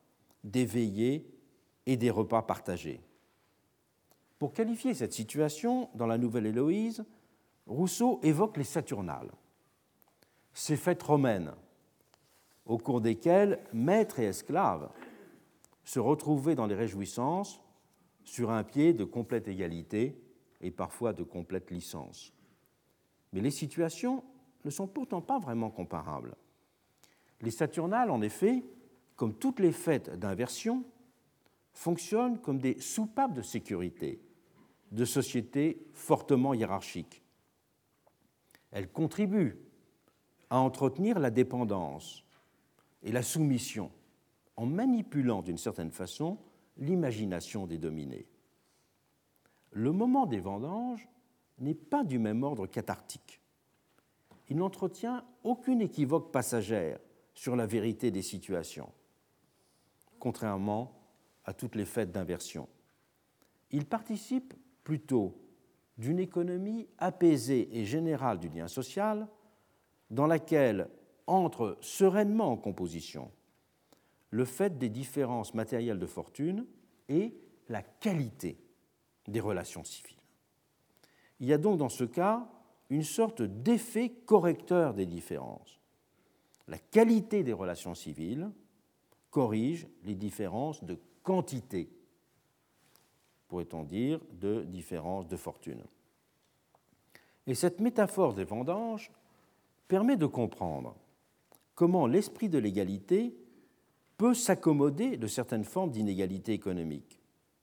des veillées et des repas partagés. Pour qualifier cette situation, dans la Nouvelle Héloïse, Rousseau évoque les Saturnales, ces fêtes romaines au cours desquelles maîtres et esclaves se retrouvaient dans les réjouissances sur un pied de complète égalité et parfois de complète licence. Mais les situations ne sont pourtant pas vraiment comparables. Les Saturnales, en effet, comme toutes les fêtes d'inversion, fonctionnent comme des soupapes de sécurité de sociétés fortement hiérarchiques. Elles contribuent à entretenir la dépendance et la soumission en manipulant d'une certaine façon l'imagination des dominés. Le moment des vendanges n'est pas du même ordre cathartique. Il n'entretient aucune équivoque passagère sur la vérité des situations, contrairement à toutes les fêtes d'inversion. Il participe plutôt d'une économie apaisée et générale du lien social dans laquelle entre sereinement en composition le fait des différences matérielles de fortune et la qualité des relations civiles. Il y a donc dans ce cas une sorte d'effet correcteur des différences. La qualité des relations civiles corrige les différences de quantité, pourrait-on dire, de différences de fortune. Et cette métaphore des vendanges permet de comprendre comment l'esprit de l'égalité peut s'accommoder de certaines formes d'inégalité économique.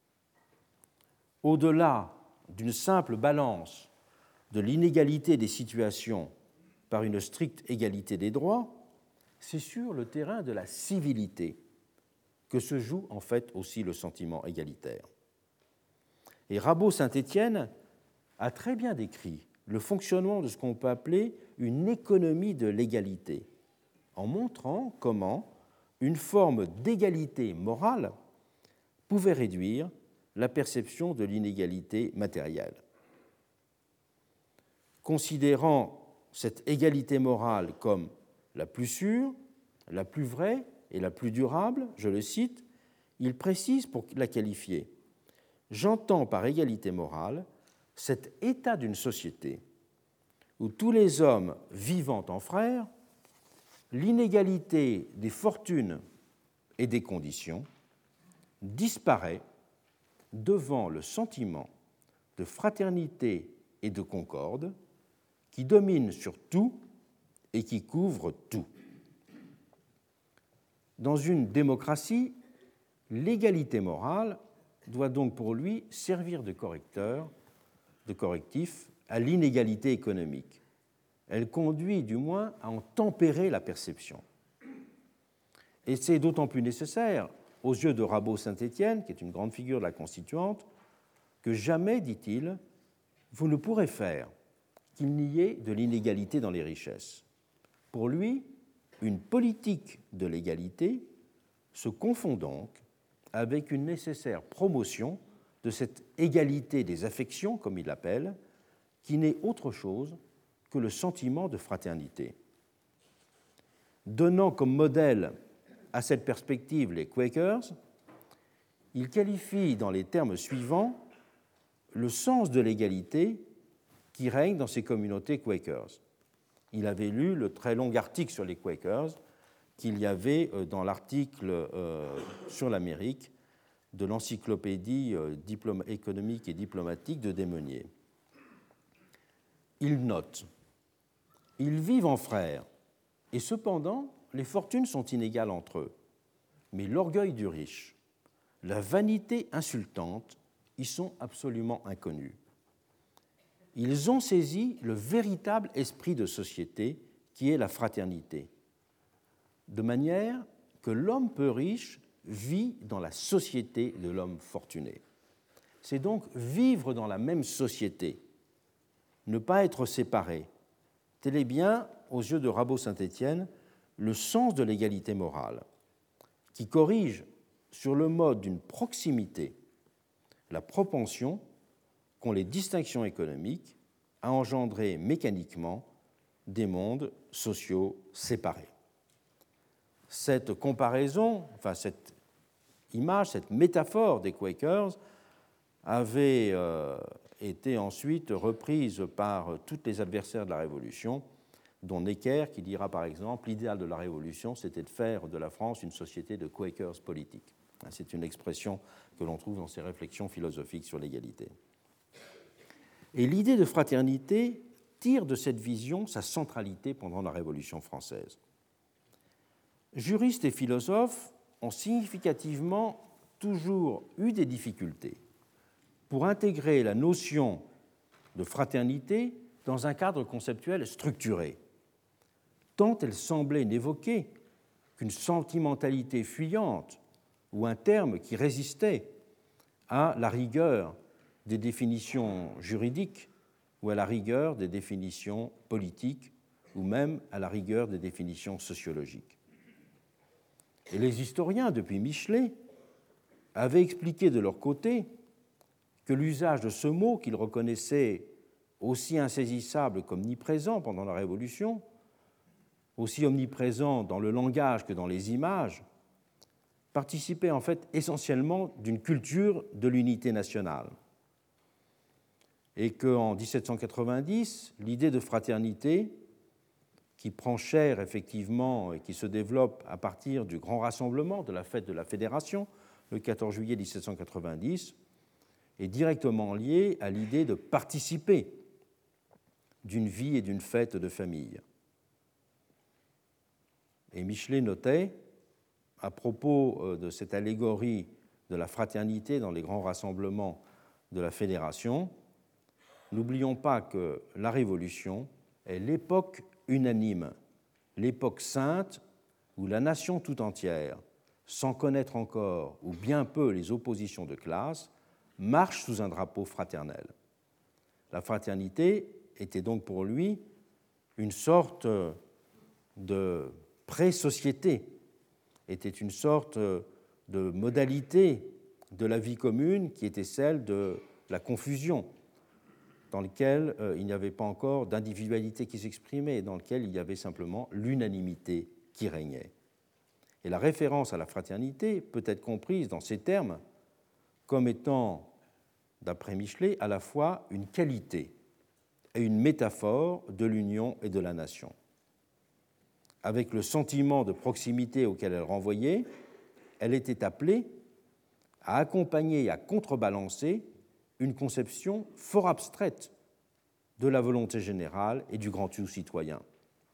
Au-delà d'une simple balance de l'inégalité des situations par une stricte égalité des droits, c'est sur le terrain de la civilité que se joue en fait aussi le sentiment égalitaire. Et Rabot-Saint-Étienne a très bien décrit le fonctionnement de ce qu'on peut appeler une économie de l'égalité, en montrant comment une forme d'égalité morale pouvait réduire la perception de l'inégalité matérielle. Considérant cette égalité morale comme la plus sûre, la plus vraie et la plus durable, je le cite, il précise pour la qualifier « J'entends par égalité morale cet état d'une société où tous les hommes vivant en frères, l'inégalité des fortunes et des conditions disparaît devant le sentiment de fraternité et de concorde qui domine sur tout et qui couvre tout. » Dans une démocratie, l'égalité morale doit donc pour lui servir de correcteur, de correctif à l'inégalité économique. Elle conduit du moins à en tempérer la perception. Et c'est d'autant plus nécessaire aux yeux de Rabot-Saint-Étienne, qui est une grande figure de la Constituante, que jamais, dit-il, vous ne pourrez faire qu'il n'y ait de l'inégalité dans les richesses. Pour lui, une politique de l'égalité se confond donc avec une nécessaire promotion de cette égalité des affections, comme il l'appelle, qui n'est autre chose que le sentiment de fraternité. Donnant comme modèle à cette perspective les Quakers, il qualifie dans les termes suivants le sens de l'égalité qui règne dans ces communautés Quakers. Il avait lu le très long article sur les Quakers qu'il y avait dans l'article euh, sur l'Amérique de l'encyclopédie euh, économique et diplomatique de Desmeuniers. Il note « Ils vivent en frères, et cependant les fortunes sont inégales entre eux, mais l'orgueil du riche, la vanité insultante y sont absolument inconnus. Ils ont saisi le véritable esprit de société qui est la fraternité, de manière que l'homme peu riche vit dans la société de l'homme fortuné. C'est donc vivre dans la même société, ne pas être séparé. Tel est bien, aux yeux de Rabot-Saint-Étienne, le sens de l'égalité morale, qui corrige sur le mode d'une proximité la propension qu'ont les distinctions économiques à engendrer mécaniquement des mondes sociaux séparés. Cette comparaison, enfin cette image, cette métaphore des Quakers, avait euh, été ensuite reprise par tous les adversaires de la Révolution, dont Necker, qui dira par exemple l'idéal de la Révolution, c'était de faire de la France une société de Quakers politiques. C'est une expression que l'on trouve dans ses réflexions philosophiques sur l'égalité. Et l'idée de fraternité tire de cette vision sa centralité pendant la Révolution française. Juristes et philosophes ont significativement toujours eu des difficultés pour intégrer la notion de fraternité dans un cadre conceptuel structuré, tant elle semblait n'évoquer qu'une sentimentalité fuyante ou un terme qui résistait à la rigueur des définitions juridiques ou à la rigueur des définitions politiques ou même à la rigueur des définitions sociologiques. Et les historiens, depuis Michelet, avaient expliqué de leur côté que l'usage de ce mot qu'ils reconnaissaient aussi insaisissable qu'omniprésent pendant la Révolution, aussi omniprésent dans le langage que dans les images, participait en fait essentiellement d'une culture de l'unité nationale. Et qu'en dix-sept cent quatre-vingt-dix, l'idée de fraternité, qui prend chair effectivement et qui se développe à partir du grand rassemblement de la fête de la Fédération, le quatorze juillet dix-sept cent quatre-vingt-dix, est directement liée à l'idée de participer d'une vie et d'une fête de famille. Et Michelet notait, à propos de cette allégorie de la fraternité dans les grands rassemblements de la Fédération, n'oublions pas que la Révolution est l'époque unanime, l'époque sainte où la nation tout entière, sans connaître encore ou bien peu les oppositions de classe, marche sous un drapeau fraternel. La fraternité était donc pour lui une sorte de pré-société, était une sorte de modalité de la vie commune qui était celle de la confusion, dans lequel euh, il n'y avait pas encore d'individualité qui s'exprimait, dans lequel il y avait simplement l'unanimité qui régnait. Et la référence à la fraternité peut être comprise dans ces termes comme étant, d'après Michelet, à la fois une qualité et une métaphore de l'union et de la nation. Avec le sentiment de proximité auquel elle renvoyait, elle était appelée à accompagner et à contrebalancer une conception fort abstraite de la volonté générale et du grand tout citoyen.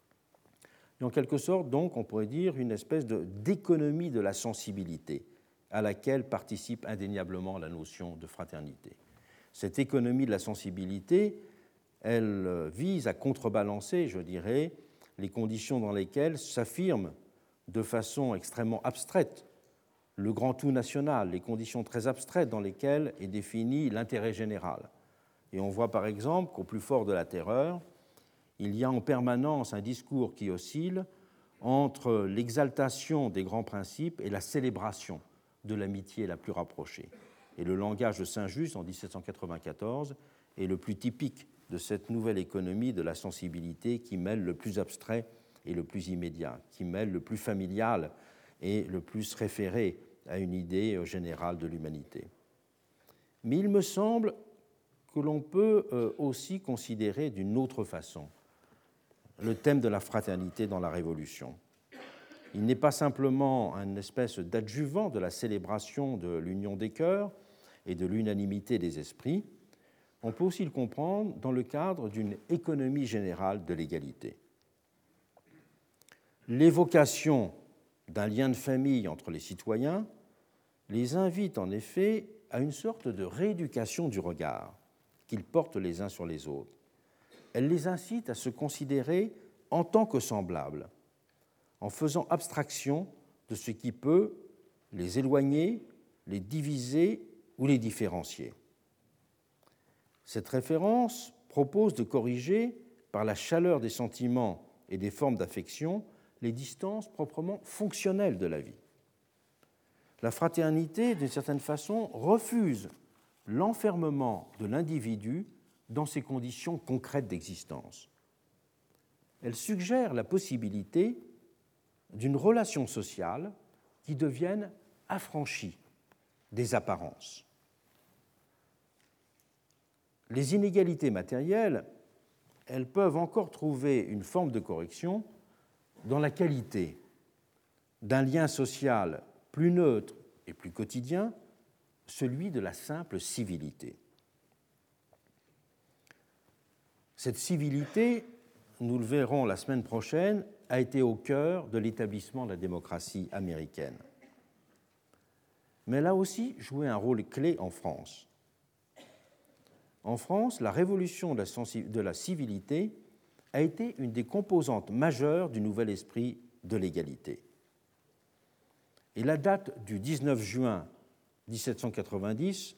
Et en quelque sorte, donc, on pourrait dire une espèce de, d'économie de la sensibilité à laquelle participe indéniablement la notion de fraternité. Cette économie de la sensibilité, elle vise à contrebalancer, je dirais, les conditions dans lesquelles s'affirme de façon extrêmement abstraite le grand tout national, les conditions très abstraites dans lesquelles est défini l'intérêt général. Et on voit par exemple qu'au plus fort de la terreur, il y a en permanence un discours qui oscille entre l'exaltation des grands principes et la célébration de l'amitié la plus rapprochée. Et le langage de Saint-Just en dix-sept cent quatre-vingt-quatorze est le plus typique de cette nouvelle économie de la sensibilité qui mêle le plus abstrait et le plus immédiat, qui mêle le plus familial et le plus référé à une idée générale de l'humanité. Mais il me semble que l'on peut aussi considérer d'une autre façon le thème de la fraternité dans la Révolution. Il n'est pas simplement une espèce d'adjuvant de la célébration de l'union des cœurs et de l'unanimité des esprits, on peut aussi le comprendre dans le cadre d'une économie générale de l'égalité. L'évocation d'un lien de famille entre les citoyens les invite en effet à une sorte de rééducation du regard qu'ils portent les uns sur les autres. Elle les incite à se considérer en tant que semblables, en faisant abstraction de ce qui peut les éloigner, les diviser ou les différencier. Cette référence propose de corriger, par la chaleur des sentiments et des formes d'affection, les distances proprement fonctionnelles de la vie. La fraternité, d'une certaine façon, refuse l'enfermement de l'individu dans ses conditions concrètes d'existence. Elle suggère la possibilité d'une relation sociale qui devienne affranchie des apparences. Les inégalités matérielles, elles peuvent encore trouver une forme de correction dans la qualité d'un lien social plus neutre et plus quotidien, celui de la simple civilité. Cette civilité, nous le verrons la semaine prochaine, a été au cœur de l'établissement de la démocratie américaine. Mais elle a aussi joué un rôle clé en France. En France, la révolution de la, sensi- de la civilité a été une des composantes majeures du nouvel esprit de l'égalité. Et la date du dix-neuf juin mille sept cent quatre-vingt-dix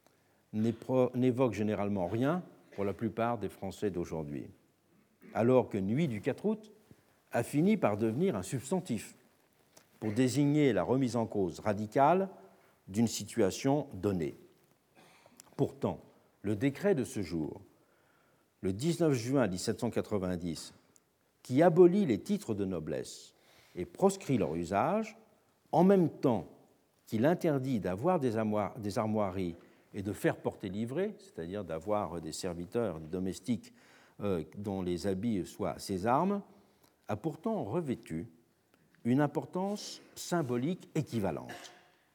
n'évoque généralement rien pour la plupart des Français d'aujourd'hui, alors que Nuit du quatre août a fini par devenir un substantif pour désigner la remise en cause radicale d'une situation donnée. Pourtant, le décret de ce jour, le dix-neuf juin mille sept cent quatre-vingt-dix, qui abolit les titres de noblesse et proscrit leur usage, en même temps qu'il interdit d'avoir des, armoires, des armoiries et de faire porter livrée, c'est-à-dire d'avoir des serviteurs, des domestiques euh, dont les habits soient ces armes, a pourtant revêtu une importance symbolique équivalente.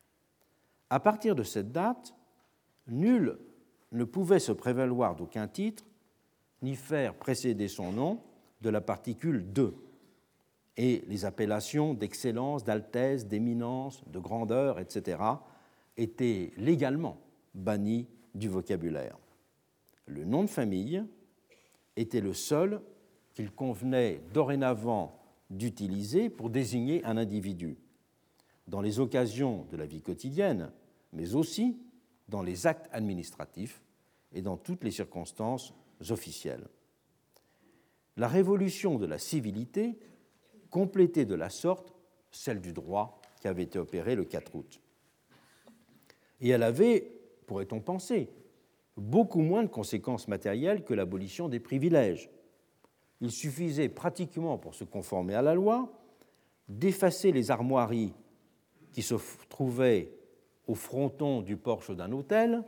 À partir de cette date, nul ne pouvait se prévaloir d'aucun titre, ni faire précéder son nom de la particule de, et les appellations d'excellence, d'altesse, d'éminence, de grandeur, et cetera, étaient légalement bannies du vocabulaire. Le nom de famille était le seul qu'il convenait dorénavant d'utiliser pour désigner un individu, dans les occasions de la vie quotidienne, mais aussi dans les actes administratifs et dans toutes les circonstances officielles. La révolution de la civilité complétait de la sorte celle du droit qui avait été opérée le quatre août. Et elle avait, pourrait-on penser, beaucoup moins de conséquences matérielles que l'abolition des privilèges. Il suffisait pratiquement, pour se conformer à la loi, d'effacer les armoiries qui se trouvaient au fronton du porche d'un hôtel,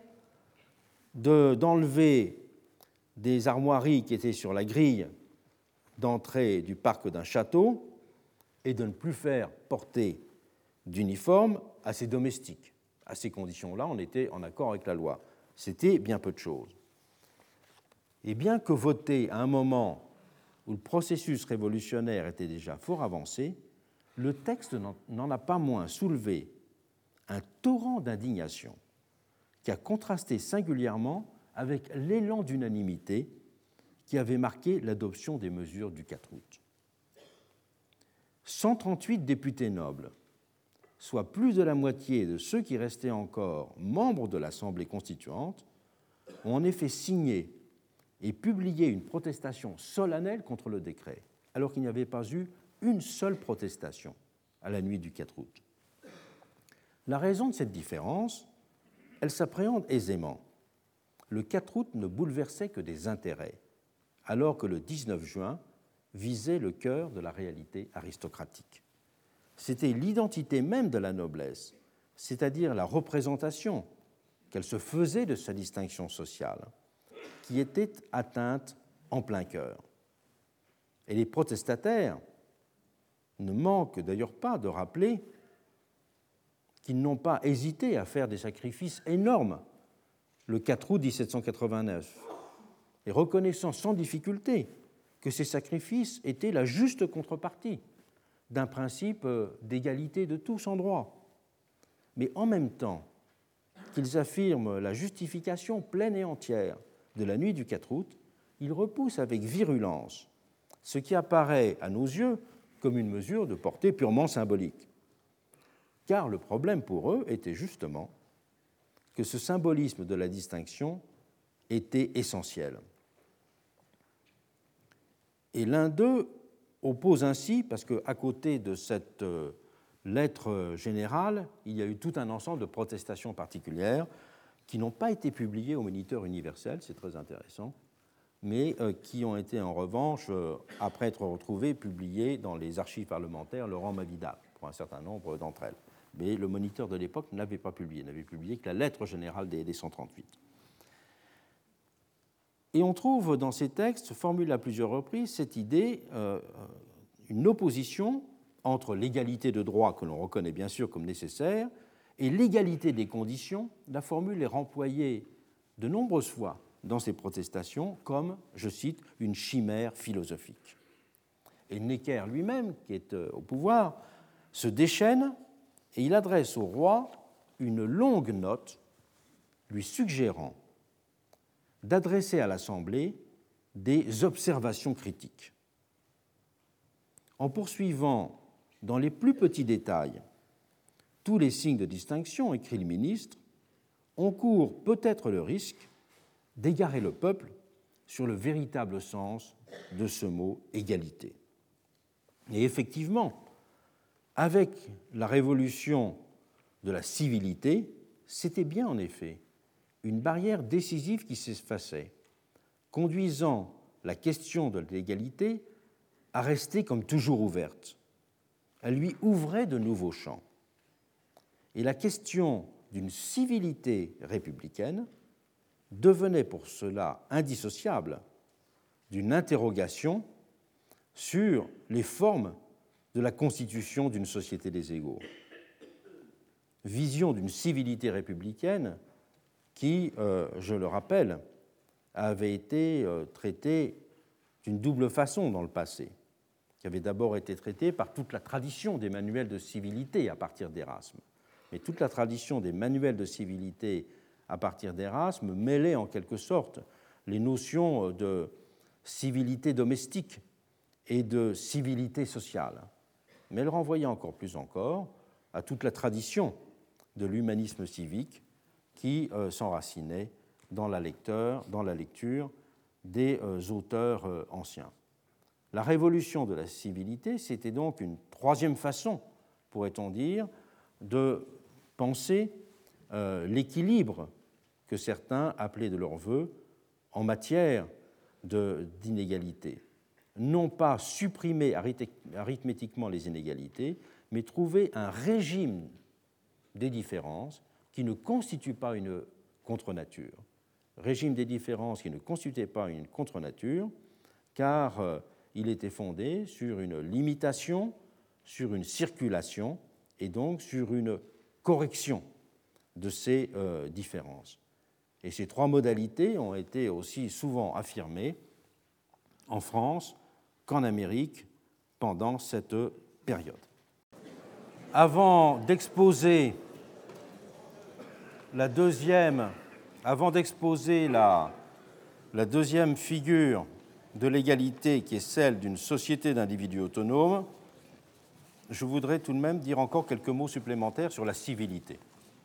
de, d'enlever des armoiries qui étaient sur la grille d'entrée du parc d'un château et de ne plus faire porter d'uniforme à ses domestiques. À ces conditions-là, on était en accord avec la loi. C'était bien peu de choses. Et bien que voté à un moment où le processus révolutionnaire était déjà fort avancé, le texte n'en a pas moins soulevé un torrent d'indignation qui a contrasté singulièrement avec l'élan d'unanimité qui avait marqué l'adoption des mesures du quatre août. cent trente-huit députés nobles, soit plus de la moitié de ceux qui restaient encore membres de l'Assemblée constituante, ont en effet signé et publié une protestation solennelle contre le décret, alors qu'il n'y avait pas eu une seule protestation à la nuit du quatre août. La raison de cette différence, elle s'appréhende aisément. Le quatre août ne bouleversait que des intérêts, alors que le dix-neuf juin visait le cœur de la réalité aristocratique. C'était l'identité même de la noblesse, c'est-à-dire la représentation qu'elle se faisait de sa distinction sociale, qui était atteinte en plein cœur. Et les protestataires ne manquent d'ailleurs pas de rappeler qu'ils n'ont pas hésité à faire des sacrifices énormes le quatre août mille sept cent quatre-vingt-neuf, et reconnaissant sans difficulté que ces sacrifices étaient la juste contrepartie d'un principe d'égalité de tous en droit. Mais en même temps qu'ils affirment la justification pleine et entière de la nuit du quatre août, ils repoussent avec virulence ce qui apparaît à nos yeux comme une mesure de portée purement symbolique. Car le problème pour eux était justement que ce symbolisme de la distinction était essentiel. Et l'un d'eux oppose ainsi, parce qu'à côté de cette lettre générale, il y a eu tout un ensemble de protestations particulières qui n'ont pas été publiées au Moniteur universel, c'est très intéressant, mais qui ont été en revanche, après être retrouvées, publiées dans les archives parlementaires Laurent Mavida, pour un certain nombre d'entre elles. mais le Moniteur de l'époque n'avait pas publié, n'avait publié que la lettre générale des, des cent trente-huit. Et on trouve dans ces textes, formulés à plusieurs reprises, cette idée, euh, une opposition entre l'égalité de droit, que l'on reconnaît bien sûr comme nécessaire, et l'égalité des conditions. La formule est employée de nombreuses fois dans ces protestations comme, je cite, une chimère philosophique. Et Necker lui-même, qui est au pouvoir, se déchaîne et il adresse au roi une longue note lui suggérant d'adresser à l'Assemblée des observations critiques. En poursuivant dans les plus petits détails tous les signes de distinction, écrit le ministre, on court peut-être le risque d'égarer le peuple sur le véritable sens de ce mot égalité. Et effectivement, avec la révolution de la civilité, c'était bien en effet une barrière décisive qui s'effaçait, conduisant la question de l'égalité à rester comme toujours ouverte. Elle lui ouvrait de nouveaux champs. Et la question d'une civilité républicaine devenait pour cela indissociable d'une interrogation sur les formes de la constitution d'une société des égaux. Vision d'une civilité républicaine qui, euh, je le rappelle, avait été euh, traitée d'une double façon dans le passé, qui avait d'abord été traitée par toute la tradition des manuels de civilité à partir d'Érasme. Mais toute la tradition des manuels de civilité à partir d'Érasme mêlait en quelque sorte les notions de civilité domestique et de civilité sociale. Mais elle renvoyait encore plus encore à toute la tradition de l'humanisme civique qui euh, s'enracinait dans la, lecteur, dans la lecture des euh, auteurs euh, anciens. La révolution de la civilité, c'était donc une troisième façon, pourrait-on dire, de penser euh, l'équilibre que certains appelaient de leur vœu en matière de, d'inégalité. Non pas supprimer arithmétiquement les inégalités, mais trouver un régime des différences qui ne constitue pas une contre-nature. Régime des différences qui ne constituait pas une contre-nature, car euh, il était fondé sur une limitation, sur une circulation, et donc sur une correction de ces euh, différences. Et ces trois modalités ont été aussi souvent affirmées en France qu'en Amérique pendant cette période. Avant d'exposer la deuxième, avant d'exposer la, la deuxième figure de l'égalité, qui est celle d'une société d'individus autonomes, je voudrais tout de même dire encore quelques mots supplémentaires sur la civilité.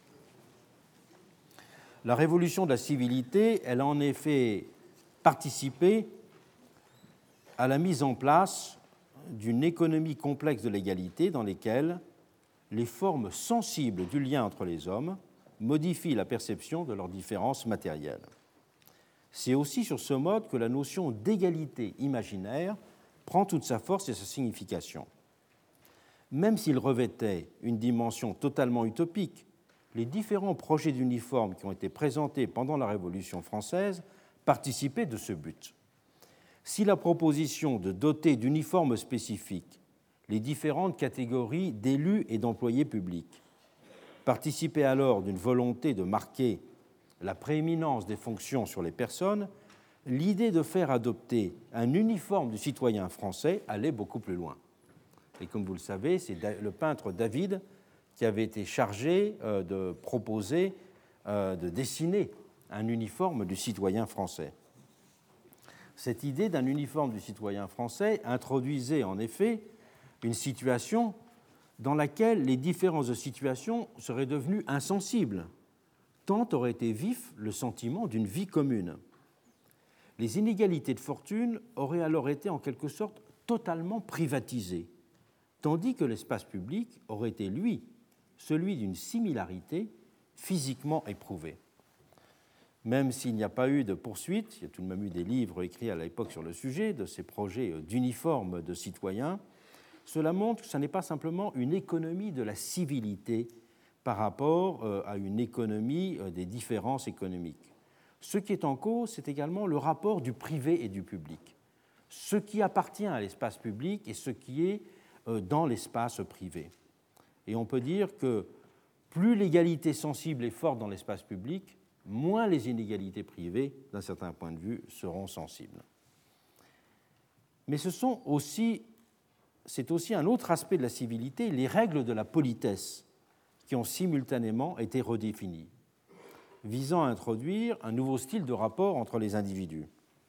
La révolution de la civilité, elle a en effet participé à la mise en place d'une économie complexe de l'égalité dans laquelle les formes sensibles du lien entre les hommes modifient la perception de leurs différences matérielles. C'est aussi sur ce mode que la notion d'égalité imaginaire prend toute sa force et sa signification. Même s'il revêtait une dimension totalement utopique, les différents projets d'uniformes qui ont été présentés pendant la Révolution française participaient de ce but. Si la proposition de doter d'uniformes spécifiques les différentes catégories d'élus et d'employés publics participait alors d'une volonté de marquer la prééminence des fonctions sur les personnes, l'idée de faire adopter un uniforme du citoyen français allait beaucoup plus loin. Et comme vous le savez, c'est le peintre David qui avait été chargé de proposer, de dessiner un uniforme du citoyen français. Cette idée d'un uniforme du citoyen français introduisait en effet une situation dans laquelle les différences de situation seraient devenues insensibles, tant aurait été vif le sentiment d'une vie commune. Les inégalités de fortune auraient alors été en quelque sorte totalement privatisées, tandis que l'espace public aurait été, lui, celui d'une similarité physiquement éprouvée. Même s'il n'y a pas eu de poursuite, il y a tout de même eu des livres écrits à l'époque sur le sujet de ces projets d'uniformes de citoyens, cela montre que ce n'est pas simplement une économie de la civilité par rapport à une économie des différences économiques. Ce qui est en cause, c'est également le rapport du privé et du public, ce qui appartient à l'espace public et ce qui est dans l'espace privé. Et on peut dire que plus l'égalité sensible est forte dans l'espace public, moins les inégalités privées, d'un certain point de vue, seront sensibles. Mais ce sont aussi, c'est aussi un autre aspect de la civilité, les règles de la politesse, qui ont simultanément été redéfinies, visant à introduire un nouveau style de rapport entre les individus.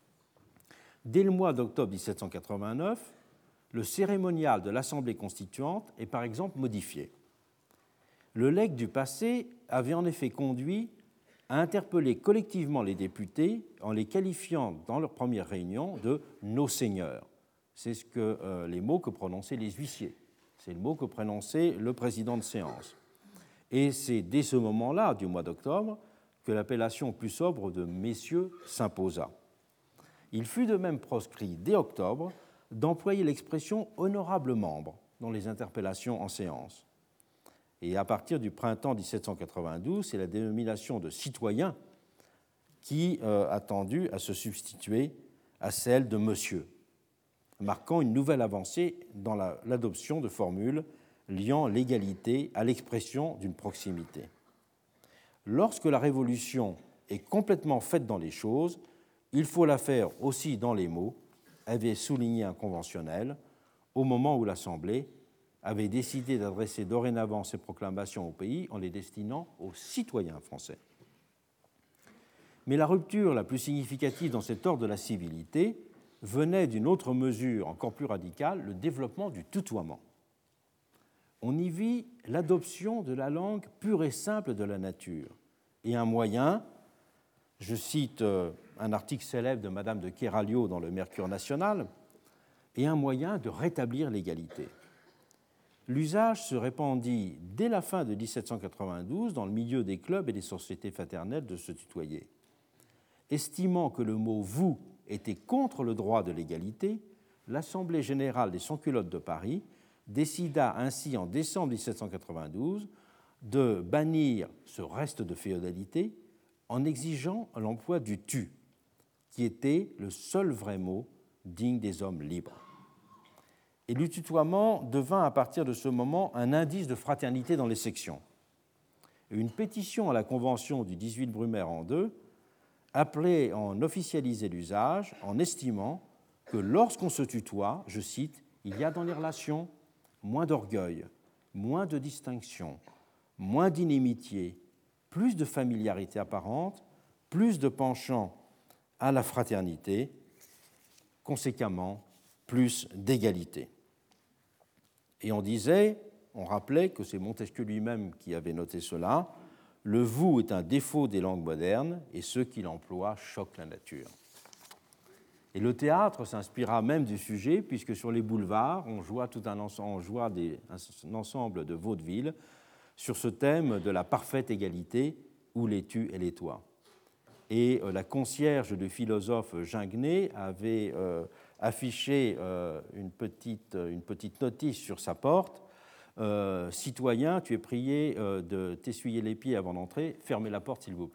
Dès le mois d'octobre dix-sept cent quatre-vingt-neuf, le cérémonial de l'Assemblée constituante est par exemple modifié. Le legs du passé avait en effet conduit à interpeller collectivement les députés en les qualifiant dans leur première réunion de « nos seigneurs ». C'est ce que, euh, les mots que prononçaient les huissiers. C'est le mot que prononçait le président de séance. Et c'est dès ce moment-là, du mois d'octobre, que l'appellation plus sobre de « messieurs » s'imposa. Il fut de même proscrit dès octobre d'employer l'expression « honorable membre » dans les interpellations en séance. Et à partir du printemps dix-sept cent quatre-vingt-douze, c'est la dénomination de citoyen qui euh, a tendu à se substituer à celle de monsieur, marquant une nouvelle avancée dans la, l'adoption de formules liant l'égalité à l'expression d'une proximité. Lorsque la révolution est complètement faite dans les choses, il faut la faire aussi dans les mots, avait souligné un conventionnel au moment où l'Assemblée avait décidé d'adresser dorénavant ses proclamations au pays en les destinant aux citoyens français. Mais la rupture la plus significative dans cet ordre de la civilité venait d'une autre mesure encore plus radicale, le développement du tutoiement. On y vit l'adoption de la langue pure et simple de la nature et un moyen, je cite un article célèbre de Madame de Keralio dans le Mercure national, et un moyen de rétablir l'égalité. L'usage se répandit dès la fin de dix-sept cent quatre-vingt-douze dans le milieu des clubs et des sociétés fraternelles de se tutoyer. Estimant que le mot « vous » était contre le droit de l'égalité, l'Assemblée générale des sans-culottes de Paris décida ainsi en décembre dix-sept cent quatre-vingt-douze de bannir ce reste de féodalité en exigeant l'emploi du « tu », qui était le seul vrai mot digne des hommes libres. Et le tutoiement devint à partir de ce moment un indice de fraternité dans les sections. Une pétition à la Convention du dix-huit Brumaire en deux appelait à en officialiser l'usage en estimant que lorsqu'on se tutoie, je cite, « il y a dans les relations moins d'orgueil, moins de distinction, moins d'inimitié, plus de familiarité apparente, plus de penchant à la fraternité, conséquemment, plus d'égalité. » Et on disait, on rappelait que c'est Montesquieu lui-même qui avait noté cela, « Le vous est un défaut des langues modernes et ceux qui l'emploient choquent la nature. » Et le théâtre s'inspira même du sujet, puisque sur les boulevards, on joua, tout un, ensemble, on joua des, un ensemble de vaudevilles sur ce thème de la parfaite égalité, où les tu et les toi. Et euh, la concierge du philosophe Ginguené avait euh, affiché euh, une, petite, une petite notice sur sa porte. Euh, « Citoyen, tu es prié euh, de t'essuyer les pieds avant d'entrer, fermez la porte s'il vous plaît. »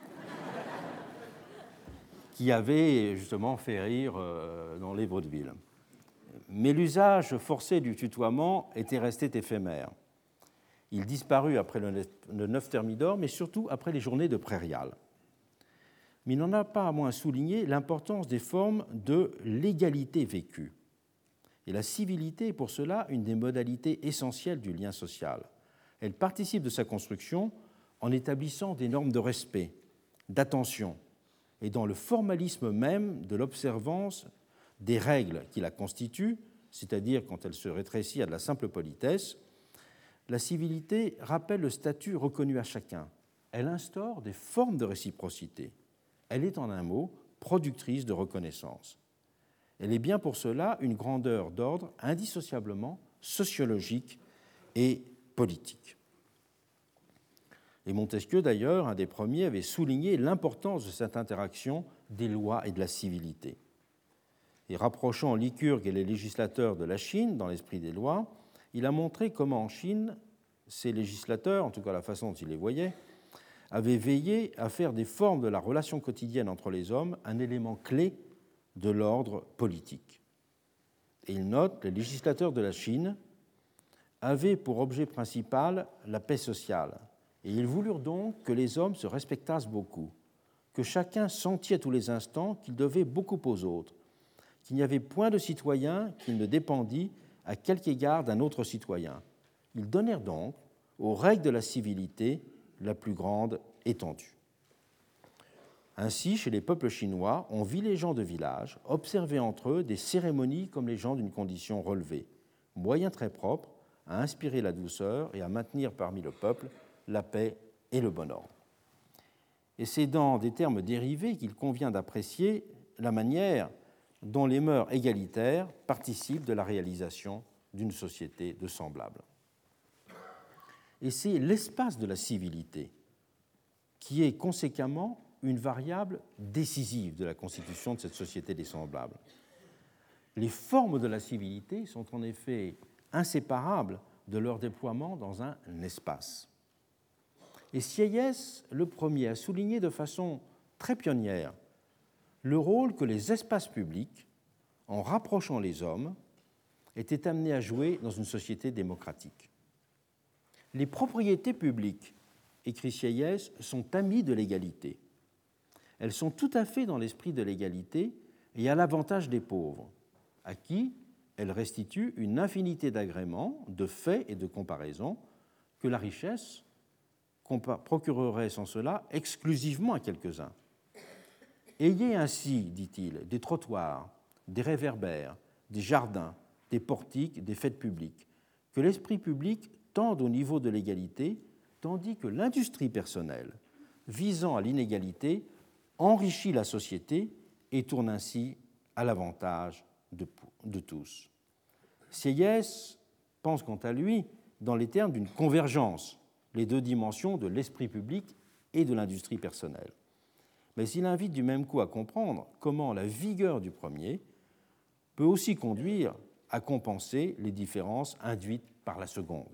qui avait justement fait rire euh, dans les vaudevilles. Mais l'usage forcé du tutoiement était resté éphémère. Il disparut après le neuf Thermidor, mais surtout après les journées de prairial. Mais il n'en a pas à moins souligné l'importance des formes de l'égalité vécue. Et la civilité est pour cela une des modalités essentielles du lien social. Elle participe de sa construction en établissant des normes de respect, d'attention, et dans le formalisme même de l'observance des règles qui la constituent, c'est-à-dire quand elle se rétrécit à de la simple politesse, la civilité rappelle le statut reconnu à chacun. Elle instaure des formes de réciprocité. Elle est, en un mot, productrice de reconnaissance. Elle est bien pour cela une grandeur d'ordre indissociablement sociologique et politique. Et Montesquieu, d'ailleurs, un des premiers, avait souligné l'importance de cette interaction des lois et de la civilité. et rapprochant Lycurgue et les législateurs de la Chine dans l'esprit des lois, il a montré comment en Chine, ces législateurs, en tout cas la façon dont ils les voyaient, avaient veillé à faire des formes de la relation quotidienne entre les hommes un élément clé de l'ordre politique. Et il note, les législateurs de la Chine avaient pour objet principal la paix sociale, et ils voulurent donc que les hommes se respectassent beaucoup, que chacun sentit à tous les instants qu'il devait beaucoup aux autres, qu'il n'y avait point de citoyen qui ne dépendît à quelque égard d'un autre citoyen. Ils donnèrent donc aux règles de la civilité la plus grande étendue. Ainsi, chez les peuples chinois, on vit les gens de village observer entre eux des cérémonies comme les gens d'une condition relevée, moyen très propre à inspirer la douceur et à maintenir parmi le peuple la paix et le bon ordre. Et c'est dans des termes dérivés qu'il convient d'apprécier la manière dont les mœurs égalitaires participent de la réalisation d'une société de semblables. Et c'est l'espace de la civilité qui est conséquemment une variable décisive de la constitution de cette société des semblables. Les formes de la civilité sont en effet inséparables de leur déploiement dans un espace. Et Sieyès, le premier, a souligné de façon très pionnière le rôle que les espaces publics, en rapprochant les hommes, étaient amenés à jouer dans une société démocratique. Les propriétés publiques, écrit Sieyès, sont amies de l'égalité. Elles sont tout à fait dans l'esprit de l'égalité et à l'avantage des pauvres, à qui elles restituent une infinité d'agréments, de faits et de comparaisons que la richesse procurerait sans cela exclusivement à quelques-uns. Ayez ainsi, dit-il, des trottoirs, des réverbères, des jardins, des portiques, des fêtes publiques, que l'esprit public tende au niveau de l'égalité, tandis que l'industrie personnelle, visant à l'inégalité, enrichit la société et tourne ainsi à l'avantage de, de tous. Sieyès pense quant à lui dans les termes d'une convergence, les deux dimensions de l'esprit public et de l'industrie personnelle. Mais il invite du même coup à comprendre comment la vigueur du premier peut aussi conduire à compenser les différences induites par la seconde.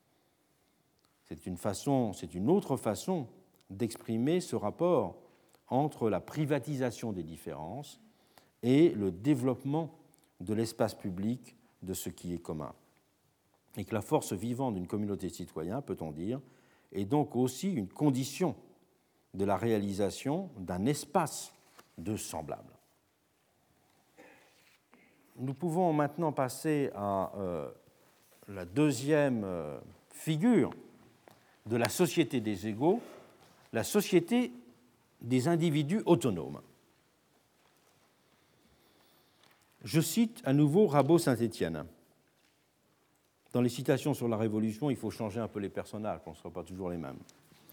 C'est une façon, c'est une autre façon d'exprimer ce rapport entre la privatisation des différences et le développement de l'espace public de ce qui est commun. Et que la force vivante d'une communauté de citoyens, peut-on dire, est donc aussi une condition de la réalisation d'un espace de semblables. Nous pouvons maintenant passer à euh, la deuxième euh, figure de la société des égaux, la société des individus autonomes. Je cite à nouveau Rabot-Saint-Étienne. Dans les citations sur la Révolution, il faut changer un peu les personnages, on ne sera pas toujours les mêmes.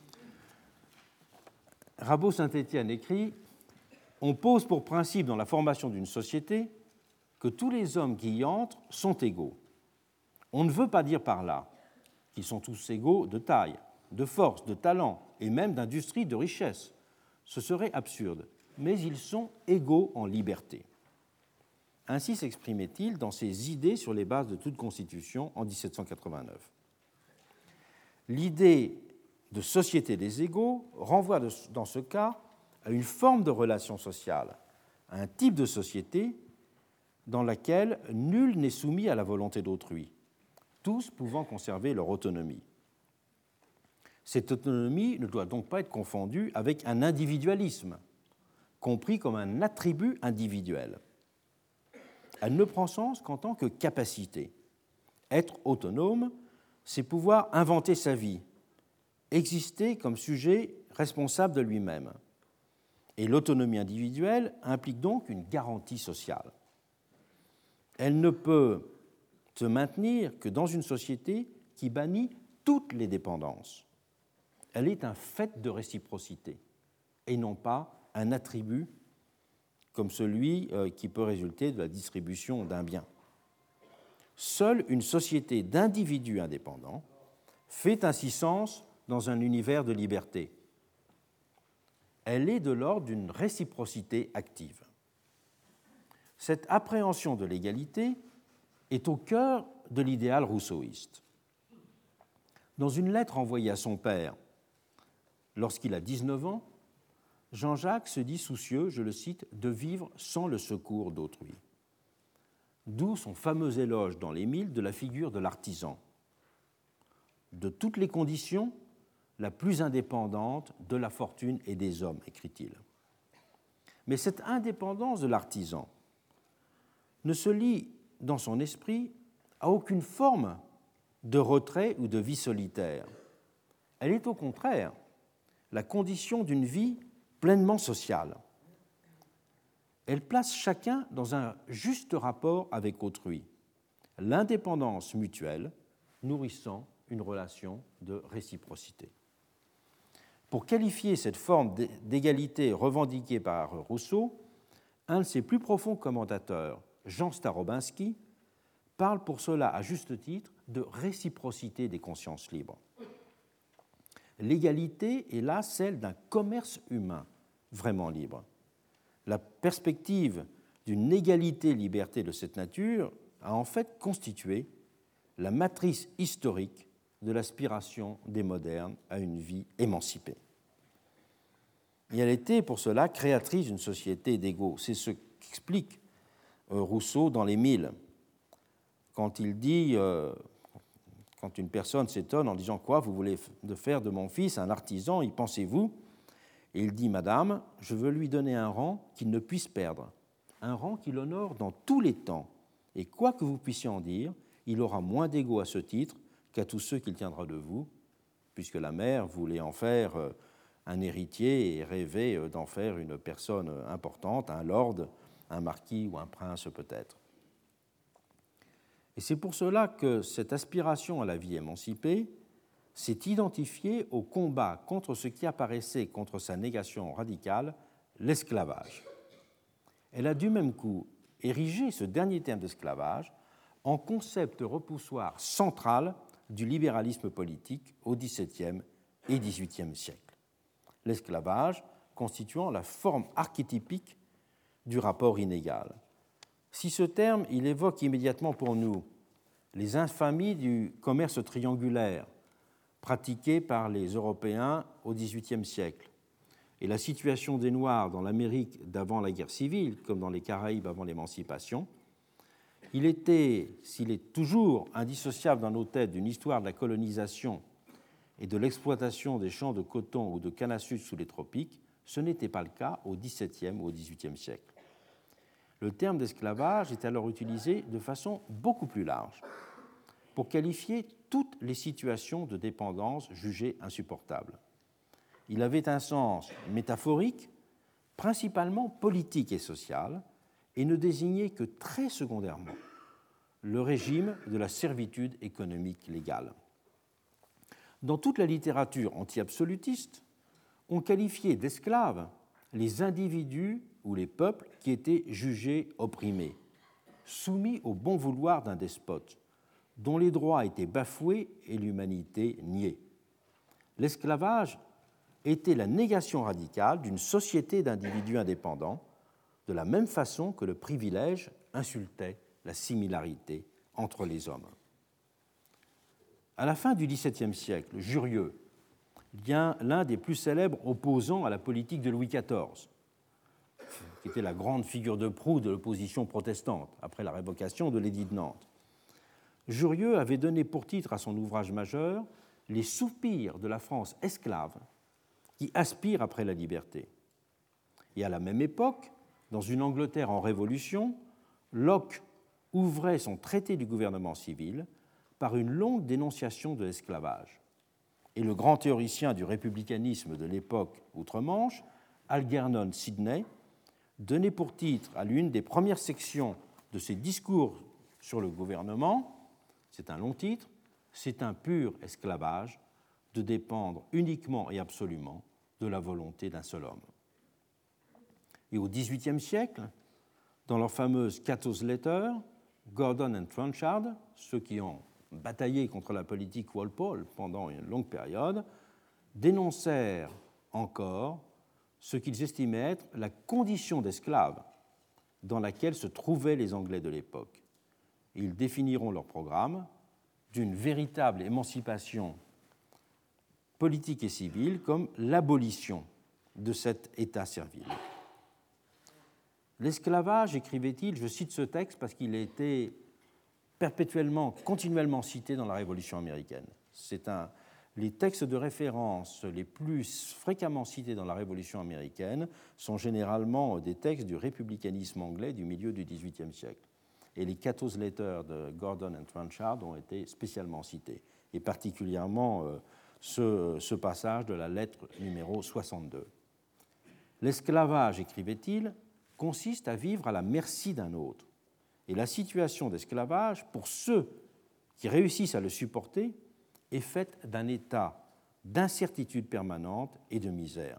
Rabot-Saint-Étienne écrit « On pose pour principe dans la formation d'une société que tous les hommes qui y entrent sont égaux. On ne veut pas dire par là qu'ils sont tous égaux de taille, de force, de talent et même d'industrie, de richesse. Ce serait absurde, mais ils sont égaux en liberté. » Ainsi s'exprimait-il dans ses idées sur les bases de toute constitution en dix-sept cent quatre-vingt-neuf. L'idée de société des égaux renvoie de, dans ce cas à une forme de relation sociale, à un type de société dans laquelle nul n'est soumis à la volonté d'autrui, tous pouvant conserver leur autonomie. Cette autonomie ne doit donc pas être confondue avec un individualisme, compris comme un attribut individuel. Elle ne prend sens qu'en tant que capacité. Être autonome, c'est pouvoir inventer sa vie, exister comme sujet responsable de lui-même. Et l'autonomie individuelle implique donc une garantie sociale. Elle ne peut se maintenir que dans une société qui bannit toutes les dépendances. Elle est un fait de réciprocité et non pas un attribut comme celui qui peut résulter de la distribution d'un bien. Seule une société d'individus indépendants fait ainsi sens dans un univers de liberté. Elle est de l'ordre d'une réciprocité active. Cette appréhension de l'égalité est au cœur de l'idéal rousseauiste. Dans une lettre envoyée à son père lorsqu'il a dix-neuf ans, Jean-Jacques se dit soucieux, je le cite, de vivre sans le secours d'autrui. D'où son fameux éloge dans l'Émile de la figure de l'artisan. De toutes les conditions, la plus indépendante de la fortune et des hommes, écrit-il. Mais cette indépendance de l'artisan ne se lie dans son esprit à aucune forme de retrait ou de vie solitaire. Elle est au contraire la condition d'une vie pleinement sociale. Elle place chacun dans un juste rapport avec autrui, l'indépendance mutuelle nourrissant une relation de réciprocité. Pour qualifier cette forme d'égalité revendiquée par Rousseau, un de ses plus profonds commentateurs, Jean Starobinski, parle pour cela à juste titre de réciprocité des consciences libres. L'égalité est là celle d'un commerce humain vraiment libre. La perspective d'une égalité-liberté de cette nature a en fait constitué la matrice historique de l'aspiration des modernes à une vie émancipée. Et elle était pour cela créatrice d'une société d'égaux. C'est ce qu'explique Rousseau dans l'Émile, quand il dit, euh, quand une personne s'étonne en disant « Quoi, vous voulez de faire de mon fils un artisan, y pensez-vous » Et il dit « Madame, je veux lui donner un rang qu'il ne puisse perdre, un rang qui l'honore dans tous les temps, et quoi que vous puissiez en dire, il aura moins d'égaux à ce titre qu'à tous ceux qu'il tiendra de vous, puisque la mère voulait en faire un héritier et rêvait d'en faire une personne importante, un lord, un marquis ou un prince peut-être. » Et c'est pour cela que cette aspiration à la vie émancipée s'est identifiée au combat contre ce qui apparaissait contre sa négation radicale, l'esclavage. Elle a du même coup érigé ce dernier terme d'esclavage en concept repoussoir central du libéralisme politique au dix-septième et dix-huitième siècle. L'esclavage constituant la forme archétypique du rapport inégal. Si ce terme, il évoque immédiatement pour nous les infamies du commerce triangulaire pratiqué par les Européens au dix-huitième siècle et la situation des Noirs dans l'Amérique d'avant la guerre civile, comme dans les Caraïbes avant l'émancipation, il était, s'il est toujours indissociable dans nos têtes d'une histoire de la colonisation et de l'exploitation des champs de coton ou de canne à sucre sous les tropiques, ce n'était pas le cas au dix-septième ou au dix-huitième siècle. Le terme d'esclavage est alors utilisé de façon beaucoup plus large pour qualifier toutes les situations de dépendance jugées insupportables. Il avait un sens métaphorique, principalement politique et social, et ne désignait que très secondairement le régime de la servitude économique légale. Dans toute la littérature anti-absolutiste, on qualifiait d'esclaves les individus ou les peuples qui étaient jugés opprimés, soumis au bon vouloir d'un despote, dont les droits étaient bafoués et l'humanité niée. L'esclavage était la négation radicale d'une société d'individus indépendants, de la même façon que le privilège insultait la similarité entre les hommes. À la fin du dix-septième siècle, Jurieu devient l'un des plus célèbres opposants à la politique de Louis quatorze, qui était la grande figure de proue de l'opposition protestante après la révocation de l'édit de Nantes. Jurieu avait donné pour titre à son ouvrage majeur « Les soupirs de la France esclave qui aspire après la liberté ». Et à la même époque, dans une Angleterre en révolution, Locke ouvrait son traité du gouvernement civil par une longue dénonciation de l'esclavage. Et le grand théoricien du républicanisme de l'époque outre-Manche, Algernon Sidney, donnait pour titre à l'une des premières sections de ses discours sur le gouvernement, c'est un long titre, « C'est un pur esclavage de dépendre uniquement et absolument de la volonté d'un seul homme ». Et au dix-huitième siècle, dans leur fameuse Cato's Letter, Gordon et Trenchard, ceux qui ont bataillé contre la politique Walpole pendant une longue période, dénoncèrent encore ce qu'ils estimaient être la condition d'esclave dans laquelle se trouvaient les Anglais de l'époque. Ils définiront leur programme d'une véritable émancipation politique et civile comme l'abolition de cet État servile. L'esclavage, écrivait-il, je cite ce texte parce qu'il a été perpétuellement, continuellement cité dans la Révolution américaine. C'est un, les textes de référence les plus fréquemment cités dans la Révolution américaine sont généralement des textes du républicanisme anglais du milieu du dix-huitième siècle. Et les Cato's Letters de Gordon et Trenchard ont été spécialement cités, et particulièrement euh, ce, ce passage de la lettre numéro soixante-deux. L'esclavage, écrivait-il, consiste à vivre à la merci d'un autre. Et la situation d'esclavage, pour ceux qui réussissent à le supporter, est faite d'un état d'incertitude permanente et de misère.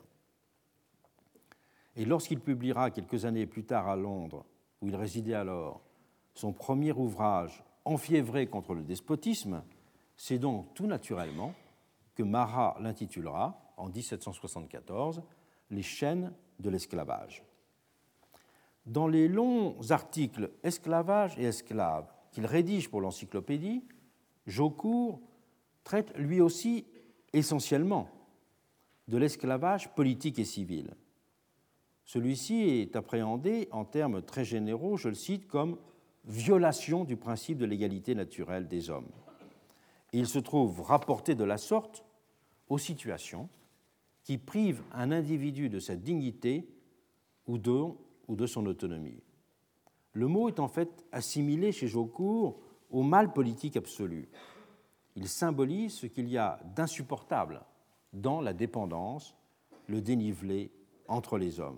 Et lorsqu'il publiera quelques années plus tard à Londres, où il résidait alors, son premier ouvrage enfiévré contre le despotisme, c'est donc tout naturellement que Marat l'intitulera, en dix-sept cent soixante-quatorze, « Les chaînes de l'esclavage ». Dans les longs articles « Esclavage et esclaves » qu'il rédige pour l'encyclopédie, Jaucourt traite lui aussi essentiellement de l'esclavage politique et civil. Celui-ci est appréhendé en termes très généraux, je le cite, comme « violation du principe de l'égalité naturelle des hommes ». Et il se trouve rapporté de la sorte aux situations qui privent un individu de sa dignité ou de, ou de son autonomie. Le mot est en fait assimilé chez Jaucourt au mal politique absolu. Il symbolise ce qu'il y a d'insupportable dans la dépendance, le dénivelé entre les hommes.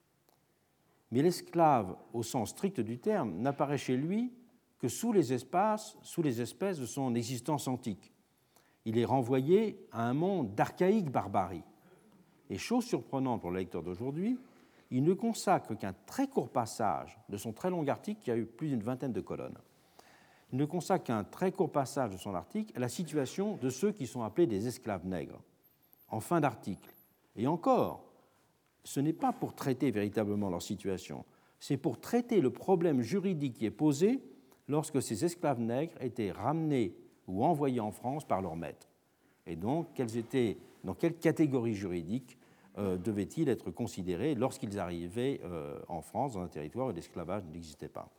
Mais l'esclave, au sens strict du terme, n'apparaît chez lui que sous les espaces, sous les espèces de son existence antique. Il est renvoyé à un monde d'archaïque barbarie. Et chose surprenante pour le lecteur d'aujourd'hui, il ne consacre qu'un très court passage de son très long article, qui a eu plus d'une vingtaine de colonnes. Il ne consacre qu'un très court passage de son article à la situation de ceux qui sont appelés des esclaves nègres, en fin d'article. Et encore, ce n'est pas pour traiter véritablement leur situation, c'est pour traiter le problème juridique qui est posé lorsque ces esclaves nègres étaient ramenés ou envoyés en France par leur maître. Et donc, quels étaient, dans quelle catégorie juridique euh, devaient-ils être considérés lorsqu'ils arrivaient euh, en France, dans un territoire où l'esclavage n'existait pas.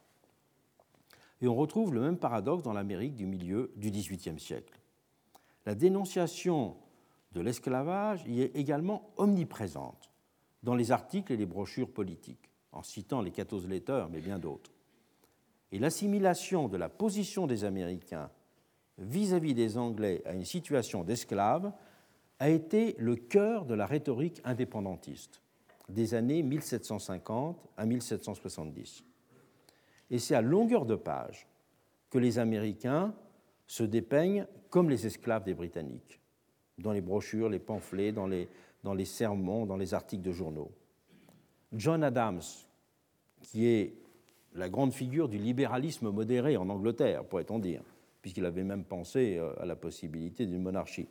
Et on retrouve le même paradoxe dans l'Amérique du milieu du dix-huitième siècle. La dénonciation de l'esclavage y est également omniprésente dans les articles et les brochures politiques, en citant les Cato's Letters, mais bien d'autres. Et l'assimilation de la position des Américains vis-à-vis des Anglais à une situation d'esclaves a été le cœur de la rhétorique indépendantiste des années mille sept cent cinquante à mille sept cent soixante-dix. Et c'est à longueur de page que les Américains se dépeignent comme les esclaves des Britanniques, dans les brochures, les pamphlets, dans les, dans les sermons, dans les articles de journaux. John Adams, qui est la grande figure du libéralisme modéré en Angleterre, pourrait-on dire, puisqu'il avait même pensé à la possibilité d'une monarchie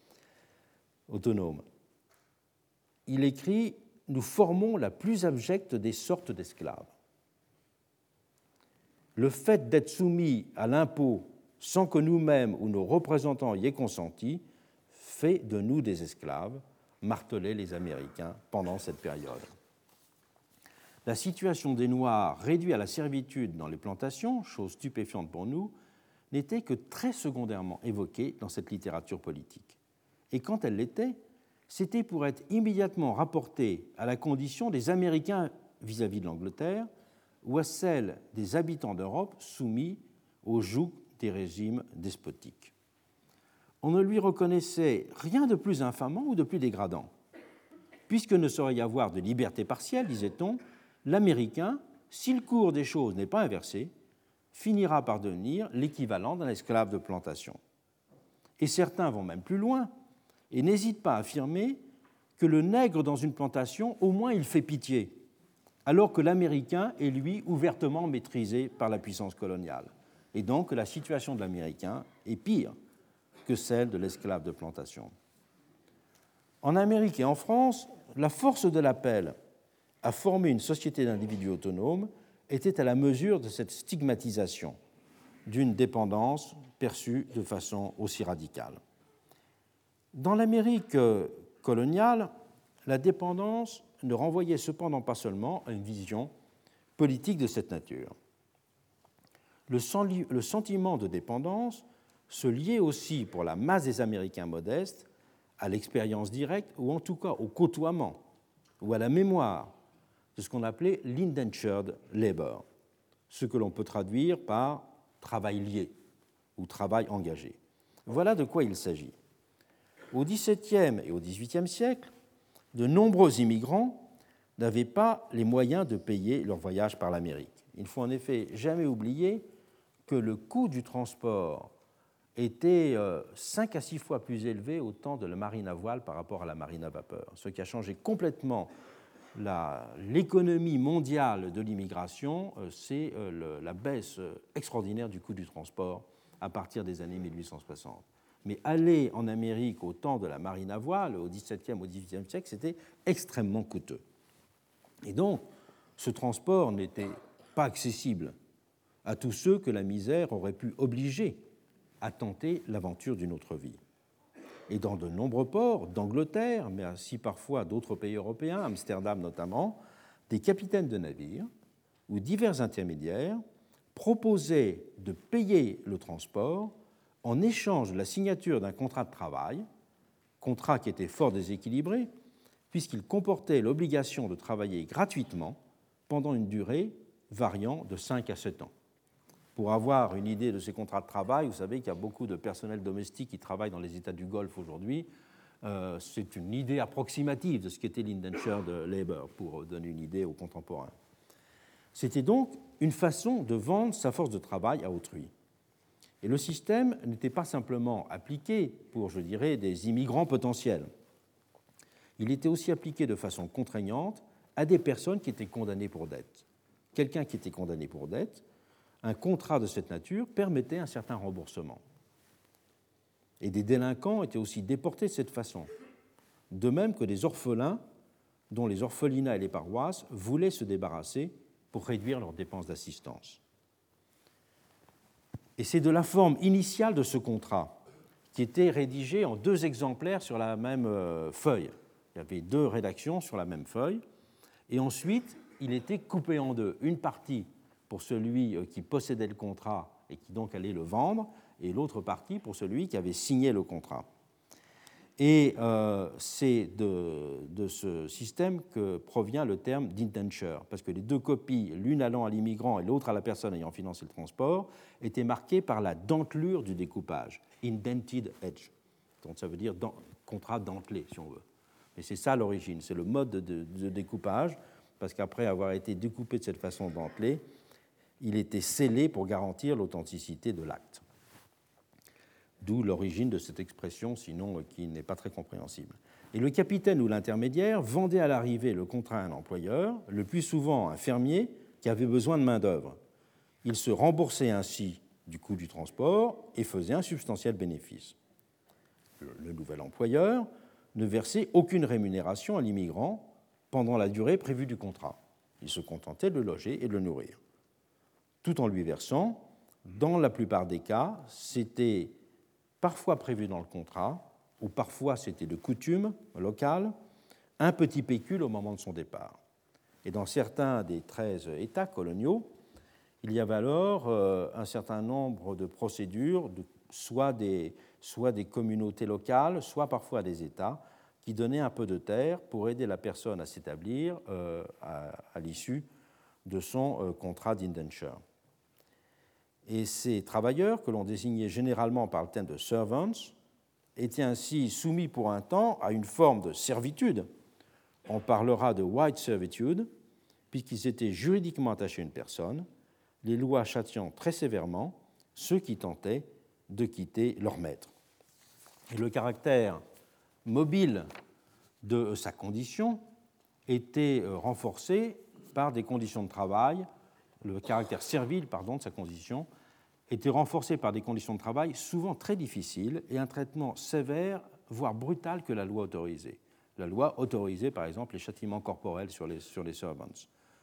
autonome. Il écrit « Nous formons la plus abjecte des sortes d'esclaves. Le fait d'être soumis à l'impôt sans que nous-mêmes ou nos représentants y aient consenti fait de nous des esclaves », martelaient les Américains pendant cette période. La situation des Noirs réduits à la servitude dans les plantations, chose stupéfiante pour nous, n'était que très secondairement évoquée dans cette littérature politique. Et quand elle l'était, c'était pour être immédiatement rapportée à la condition des Américains vis-à-vis de l'Angleterre ou à celle des habitants d'Europe soumis au joug des régimes despotiques. On ne lui reconnaissait rien de plus infamant ou de plus dégradant. Puisque ne saurait y avoir de liberté partielle, disait-on, l'Américain, si le cours des choses n'est pas inversé, finira par devenir l'équivalent d'un esclave de plantation. Et certains vont même plus loin et n'hésitent pas à affirmer que le nègre dans une plantation, au moins il fait pitié, alors que l'Américain est, lui, ouvertement maîtrisé par la puissance coloniale. Et donc que la situation de l'Américain est pire que celle de l'esclave de plantation. En Amérique et en France, la force de l'appel à former une société d'individus autonomes était à la mesure de cette stigmatisation d'une dépendance perçue de façon aussi radicale. Dans l'Amérique coloniale, la dépendance ne renvoyait cependant pas seulement à une vision politique de cette nature. Le sentiment de dépendance se liait aussi pour la masse des Américains modestes à l'expérience directe, ou en tout cas au côtoiement, ou à la mémoire de ce qu'on appelait l'indentured labor, ce que l'on peut traduire par travail lié ou travail engagé. Voilà de quoi il s'agit. Au dix-septième et au dix-huitième siècle, de nombreux immigrants n'avaient pas les moyens de payer leur voyage par l'Amérique. Il ne faut en effet jamais oublier que le coût du transport était cinq à six fois plus élevé au temps de la marine à voile par rapport à la marine à vapeur, ce qui a changé complètement la, l'économie mondiale de l'immigration. C'est le, la baisse extraordinaire du coût du transport à partir des années mille huit cent soixante. Mais aller en Amérique au temps de la marine à voile, au dix-septième, au dix-huitième siècle, c'était extrêmement coûteux. Et donc, ce transport n'était pas accessible à tous ceux que la misère aurait pu obliger à tenter l'aventure d'une autre vie. Et dans de nombreux ports d'Angleterre, mais aussi parfois d'autres pays européens, Amsterdam notamment, des capitaines de navires ou divers intermédiaires proposaient de payer le transport en échange de la signature d'un contrat de travail, contrat qui était fort déséquilibré, puisqu'il comportait l'obligation de travailler gratuitement pendant une durée variant de cinq à sept ans. Pour avoir une idée de ces contrats de travail, vous savez qu'il y a beaucoup de personnel domestique qui travaille dans les États du Golfe aujourd'hui. Euh, c'est une idée approximative de ce qu'était l'indentured labor, pour donner une idée aux contemporains. C'était donc une façon de vendre sa force de travail à autrui. Et le système n'était pas simplement appliqué pour, je dirais, des immigrants potentiels. Il était aussi appliqué de façon contraignante à des personnes qui étaient condamnées pour dette. Quelqu'un qui était condamné pour dette, un contrat de cette nature permettait un certain remboursement. Et des délinquants étaient aussi déportés de cette façon, de même que des orphelins dont les orphelinats et les paroisses voulaient se débarrasser pour réduire leurs dépenses d'assistance. Et c'est de la forme initiale de ce contrat qui était rédigé en deux exemplaires sur la même feuille. Il y avait deux rédactions sur la même feuille, et ensuite il était coupé en deux. Une partie pour celui qui possédait le contrat et qui donc allait le vendre, et l'autre partie pour celui qui avait signé le contrat. Et euh, c'est de, de ce système que provient le terme d'indenture, parce que les deux copies, l'une allant à l'immigrant et l'autre à la personne ayant financé le transport, étaient marquées par la dentelure du découpage, indented edge. Donc ça veut dire dans, contrat dentelé, si on veut. Et c'est ça l'origine, c'est le mode de, de, de découpage, parce qu'après avoir été découpé de cette façon dentelée, il était scellé pour garantir l'authenticité de l'acte. D'où l'origine de cette expression, sinon qui n'est pas très compréhensible. Et le capitaine ou l'intermédiaire vendait à l'arrivée le contrat à un employeur, le plus souvent un fermier qui avait besoin de main-d'œuvre. Il se remboursait ainsi du coût du transport et faisait un substantiel bénéfice. Le nouvel employeur ne versait aucune rémunération à l'immigrant pendant la durée prévue du contrat. Il se contentait de le loger et de le nourrir, tout en lui versant, dans la plupart des cas, c'était parfois prévu dans le contrat, ou parfois c'était de coutume locale, un petit pécule au moment de son départ. Et dans certains des treize États coloniaux, il y avait alors euh, un certain nombre de procédures, de, soit, des, soit des communautés locales, soit parfois des États, qui donnaient un peu de terre pour aider la personne à s'établir euh, à, à l'issue de son euh, contrat d'indenture. Et ces travailleurs, que l'on désignait généralement par le terme de servants, étaient ainsi soumis pour un temps à une forme de servitude. On parlera de white servitude, puisqu'ils étaient juridiquement attachés à une personne, les lois châtiant très sévèrement ceux qui tentaient de quitter leur maître. Et le caractère mobile de sa condition était renforcé par des conditions de travail. Le caractère servile, pardon, de sa condition était renforcé par des conditions de travail souvent très difficiles et un traitement sévère, voire brutal, que la loi autorisait. La loi autorisait, par exemple, les châtiments corporels sur les, sur les servants.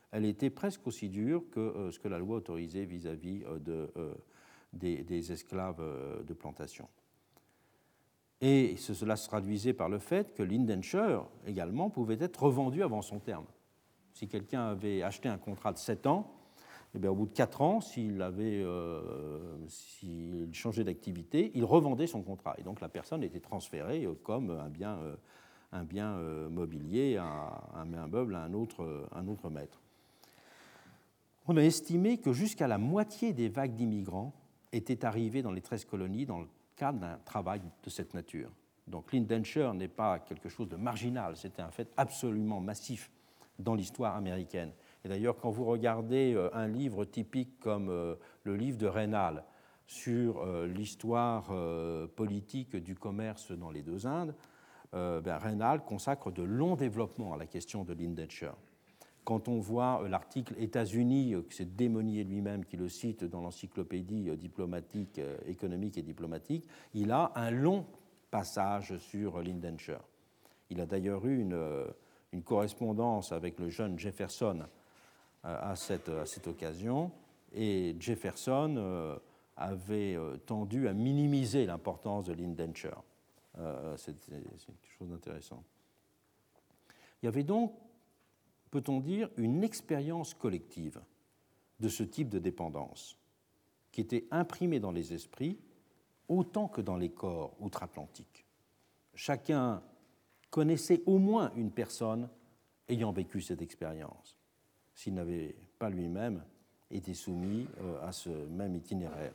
elle était presque aussi dure que euh, ce que la loi autorisait vis-à-vis euh, de, euh, des, des esclaves euh, de plantation. Et cela se traduisait par le fait que l'indenture, également, pouvait être revendu avant son terme. Si quelqu'un avait acheté un contrat de sept ans, eh bien, au bout de quatre ans, s'il avait, euh, s'il changeait d'activité, il revendait son contrat. Et donc la personne était transférée comme un bien, euh, un bien euh, mobilier, un, un meuble à un autre, un autre maître. On a estimé que jusqu'à la moitié des vagues d'immigrants étaient arrivées dans les treize colonies dans le cadre d'un travail de cette nature. Donc l'indenture n'est pas quelque chose de marginal, c'était un fait absolument massif dans l'histoire américaine. Et d'ailleurs, quand vous regardez un livre typique comme le livre de Raynal sur l'histoire politique du commerce dans les deux Indes, ben Raynal consacre de longs développements à la question de l'indenture. Quand on voit l'article États-Unis, que c'est Démonier lui-même qui le cite dans l'encyclopédie diplomatique, économique et diplomatique, il a un long passage sur l'indenture. Il a d'ailleurs eu une, une correspondance avec le jeune Jefferson à cette, à cette occasion, et Jefferson euh, avait tendu à minimiser l'importance de l'indenture. Euh, c'est, c'est quelque chose d'intéressant. Il y avait donc, peut-on dire, une expérience collective de ce type de dépendance qui était imprimée dans les esprits autant que dans les corps outre-Atlantique. Chacun connaissait au moins une personne ayant vécu cette expérience, s'il n'avait pas lui-même été soumis à ce même itinéraire.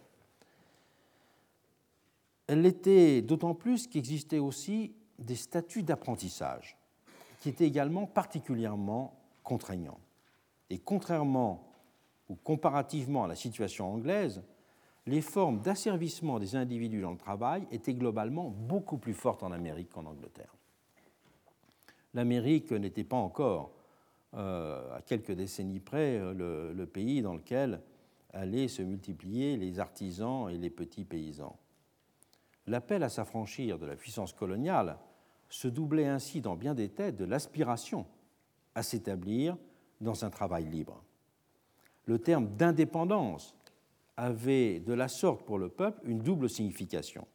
Elle l'était d'autant plus qu'existaient aussi des statuts d'apprentissage qui étaient également particulièrement contraignants. Et contrairement ou comparativement à la situation anglaise, les formes d'asservissement des individus dans le travail étaient globalement beaucoup plus fortes en Amérique qu'en Angleterre. L'Amérique n'était pas encore, euh, à quelques décennies près, le, le pays dans lequel allaient se multiplier les artisans et les petits paysans. L'appel à s'affranchir de la puissance coloniale se doublait ainsi dans bien des têtes de l'aspiration à s'établir dans un travail libre. Le terme d'indépendance avait de la sorte pour le peuple une double signification.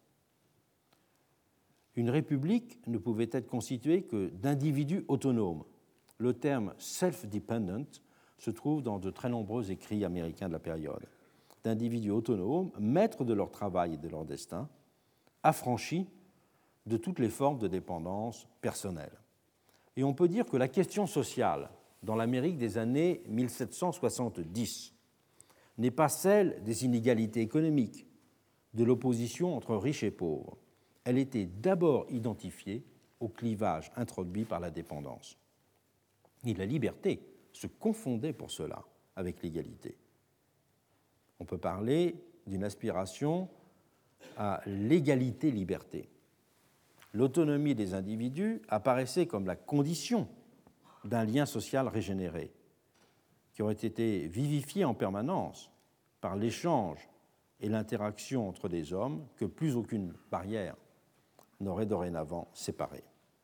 Une république ne pouvait être constituée que d'individus autonomes. Le terme self-dependent se trouve dans de très nombreux écrits américains de la période. D'individus autonomes, maîtres de leur travail et de leur destin, affranchis de toutes les formes de dépendance personnelle. Et on peut dire que la question sociale dans l'Amérique des années mille sept cent soixante-dix n'est pas celle des inégalités économiques, de l'opposition entre riches et pauvres. Elle était d'abord identifiée au clivage introduit par la dépendance. Et la liberté se confondait pour cela avec l'égalité. On peut parler d'une aspiration à l'égalité-liberté. L'autonomie des individus apparaissait comme la condition d'un lien social régénéré, qui aurait été vivifié en permanence par l'échange et l'interaction entre des hommes que plus aucune barrière n'aurait dorénavant séparés.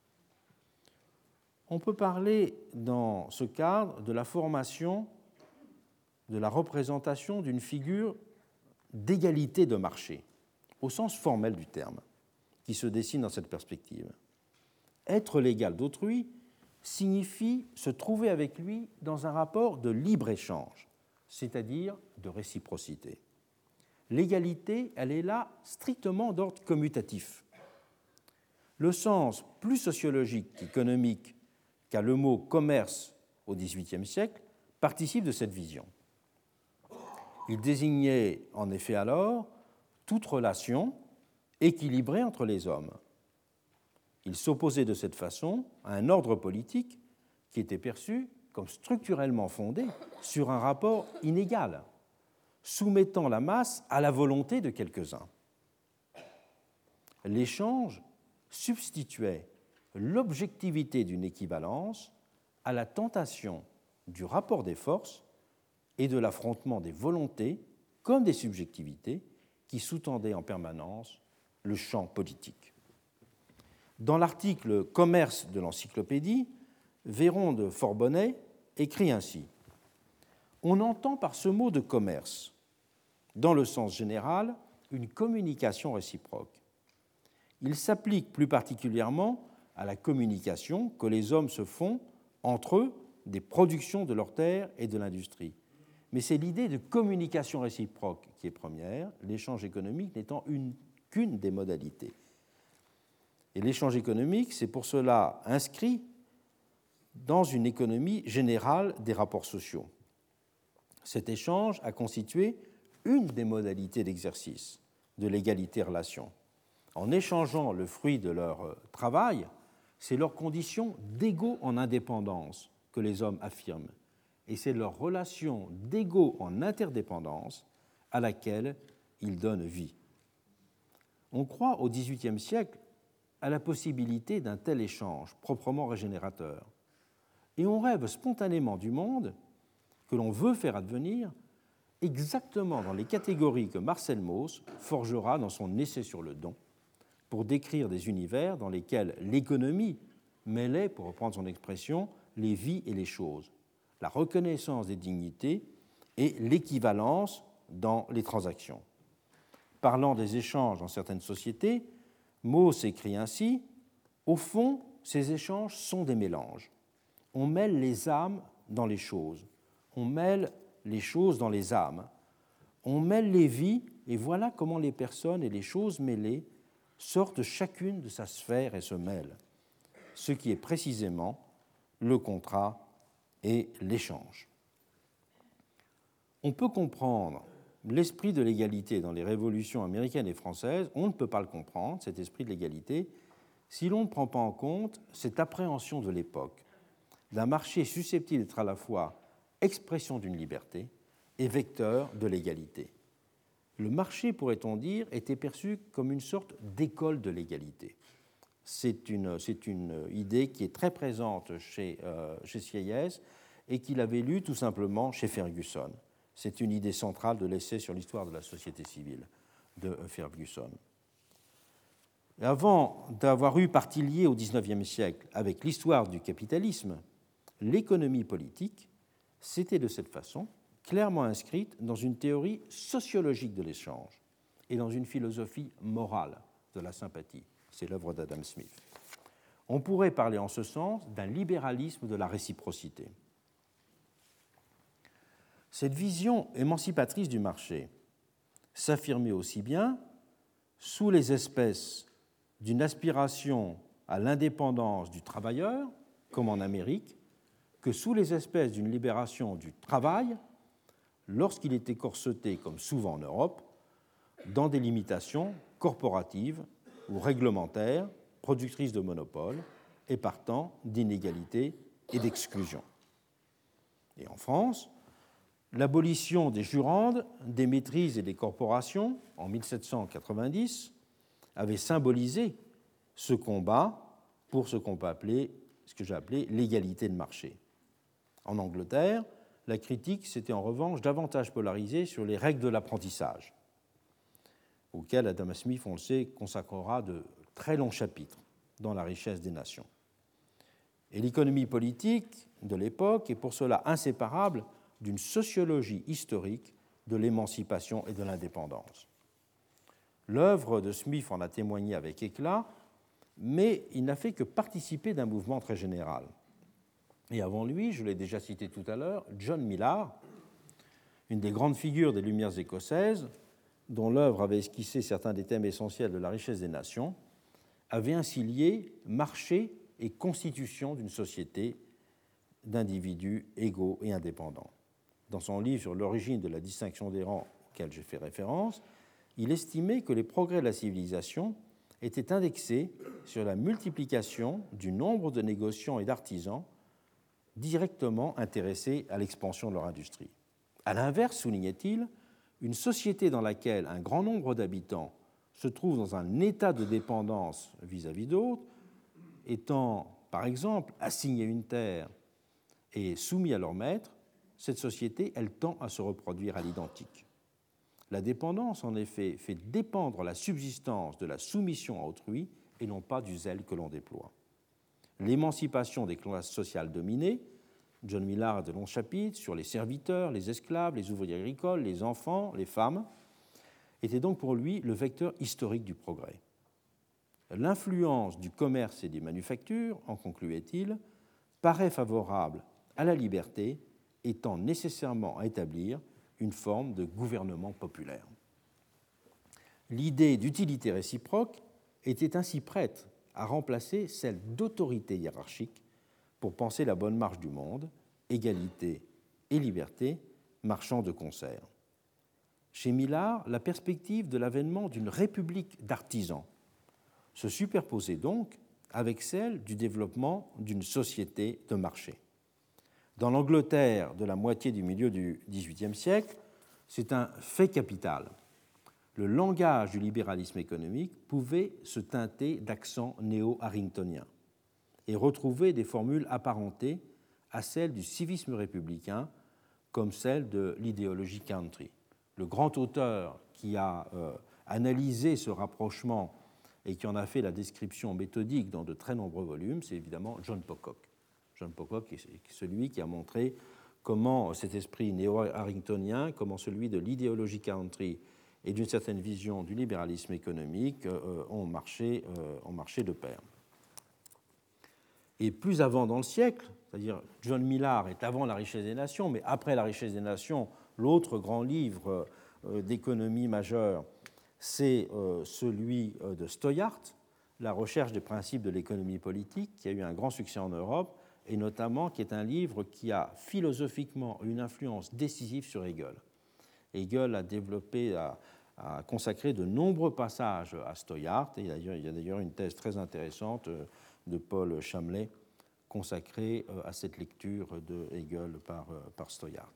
On peut parler dans ce cadre de la formation, de la représentation d'une figure d'égalité de marché, au sens formel du terme, qui se dessine dans cette perspective. Être l'égal d'autrui signifie se trouver avec lui dans un rapport de libre-échange, c'est-à-dire de réciprocité. L'égalité, elle est là strictement d'ordre commutatif. Le sens plus sociologique qu'économique qu'a le mot commerce au dix-huitième siècle participe de cette vision. Il désignait en effet alors toute relation équilibrée entre les hommes. Il s'opposait de cette façon à un ordre politique qui était perçu comme structurellement fondé sur un rapport inégal, soumettant la masse à la volonté de quelques-uns. L'échange substituait l'objectivité d'une équivalence à la tentation du rapport des forces et de l'affrontement des volontés comme des subjectivités qui sous-tendaient en permanence le champ politique. Dans l'article « Commerce » de l'encyclopédie, Véron de Forbonnais écrit ainsi On entend par ce mot de commerce, dans le sens général, une communication réciproque. Il s'applique plus particulièrement à la communication que les hommes se font entre eux des productions de leurs terres et de l'industrie. Mais c'est l'idée de communication réciproque qui est première, l'échange économique n'étant une, qu'une des modalités. Et l'échange économique, c'est pour cela inscrit dans une économie générale des rapports sociaux. Cet échange a constitué une des modalités d'exercice de l'égalité-relation. En échangeant le fruit de leur travail, c'est leur condition d'égaux en indépendance que les hommes affirment, et c'est leur relation d'égaux en interdépendance à laquelle ils donnent vie. On croit au dix-huitième siècle à la possibilité d'un tel échange proprement régénérateur, et on rêve spontanément du monde que l'on veut faire advenir exactement dans les catégories que Marcel Mauss forgera dans son Essai sur le don, pour décrire des univers dans lesquels l'économie mêlait, pour reprendre son expression, les vies et les choses, la reconnaissance des dignités et l'équivalence dans les transactions. Parlant des échanges dans certaines sociétés, Mauss écrit ainsi « Au fond, ces échanges sont des mélanges. On mêle les âmes dans les choses, on mêle les choses dans les âmes, on mêle les vies, et voilà comment les personnes et les choses mêlées sortent chacune de sa sphère et se mêlent, ce qui est précisément le contrat et l'échange. » On peut comprendre l'esprit de l'égalité dans les révolutions américaines et françaises, on ne peut pas le comprendre, cet esprit de l'égalité, si l'on ne prend pas en compte cette appréhension de l'époque d'un marché susceptible d'être à la fois expression d'une liberté et vecteur de l'égalité. Le marché, pourrait-on dire, était perçu comme une sorte d'école de l'égalité. C'est une, c'est une idée qui est très présente chez, euh, chez Sieyès et qu'il avait lue tout simplement chez Ferguson. C'est une idée centrale de l'essai sur l'histoire de la société civile de Ferguson. Et avant d'avoir eu partie liée au dix-neuvième siècle avec l'histoire du capitalisme, l'économie politique s'était de cette façon clairement inscrite dans une théorie sociologique de l'échange et dans une philosophie morale de la sympathie. C'est l'œuvre d'Adam Smith. On pourrait parler en ce sens d'un libéralisme de la réciprocité. Cette vision émancipatrice du marché s'affirmait aussi bien sous les espèces d'une aspiration à l'indépendance du travailleur, comme en Amérique, que sous les espèces d'une libération du travail lorsqu'il était corseté, comme souvent en Europe, dans des limitations corporatives ou réglementaires, productrices de monopoles et partant d'inégalités et d'exclusion. Et en France, l'abolition des jurandes, des maîtrises et des corporations en mille sept cent quatre-vingt-dix avait symbolisé ce combat pour ce qu'on peut appeler, ce que j'ai appelé l'égalité de marché. En Angleterre, la critique s'était en revanche davantage polarisée sur les règles de l'apprentissage, auxquelles Adam Smith, on le sait, consacrera de très longs chapitres dans La richesse des nations. Et l'économie politique de l'époque est pour cela inséparable d'une sociologie historique de l'émancipation et de l'indépendance. L'œuvre de Smith en a témoigné avec éclat, mais il n'a fait que participer d'un mouvement très général. Et avant lui, je l'ai déjà cité tout à l'heure, John Millard, une des grandes figures des Lumières écossaises, dont l'œuvre avait esquissé certains des thèmes essentiels de La richesse des nations, avait ainsi lié marché et constitution d'une société d'individus égaux et indépendants. Dans son livre sur l'origine de la distinction des rangs auquel j'ai fait référence, il estimait que les progrès de la civilisation étaient indexés sur la multiplication du nombre de négociants et d'artisans directement intéressés à l'expansion de leur industrie. À l'inverse, soulignait-il, une société dans laquelle un grand nombre d'habitants se trouve dans un état de dépendance vis-à-vis d'autres, étant, par exemple, assigné une terre et soumis à leur maître, cette société, elle tend à se reproduire à l'identique. La dépendance, en effet, fait dépendre la subsistance de la soumission à autrui et non pas du zèle que l'on déploie. L'émancipation des classes sociales dominées John Millard a de longs chapitres sur les serviteurs, les esclaves, les ouvriers agricoles, les enfants, les femmes, était donc pour lui le vecteur historique du progrès. L'influence du commerce et des manufactures, en concluait-il, paraît favorable à la liberté, étant nécessairement à établir une forme de gouvernement populaire. L'idée d'utilité réciproque était ainsi prête à remplacer celle d'autorité hiérarchique pour penser la bonne marche du monde, égalité et liberté marchant de concert. Chez Millard, la perspective de l'avènement d'une république d'artisans se superposait donc avec celle du développement d'une société de marché. Dans l'Angleterre de la moitié du milieu du dix-huitième siècle, c'est un fait capital. Le langage du libéralisme économique pouvait se teinter d'accent néo-harringtonien et retrouver des formules apparentées à celles du civisme républicain comme celle de l'idéologie country. Le grand auteur qui a euh, analysé ce rapprochement et qui en a fait la description méthodique dans de très nombreux volumes, c'est évidemment John Pocock. John Pocock est celui qui a montré comment cet esprit néo-harringtonien, comment celui de l'idéologie country et d'une certaine vision du libéralisme économique euh, ont, marché, euh, ont marché de pair. Et plus avant dans le siècle, c'est-à-dire John Millard est avant La richesse des nations, mais après La richesse des nations, l'autre grand livre euh, d'économie majeure, c'est euh, celui euh, de Stoyart, La recherche des principes de l'économie politique, qui a eu un grand succès en Europe, et notamment qui est un livre qui a philosophiquement une influence décisive sur Hegel. Hegel a développé, a, a consacré de nombreux passages à Stoyart, et il y a d'ailleurs une thèse très intéressante de Paul Chamley consacrée à cette lecture de Hegel par, par Stoyart.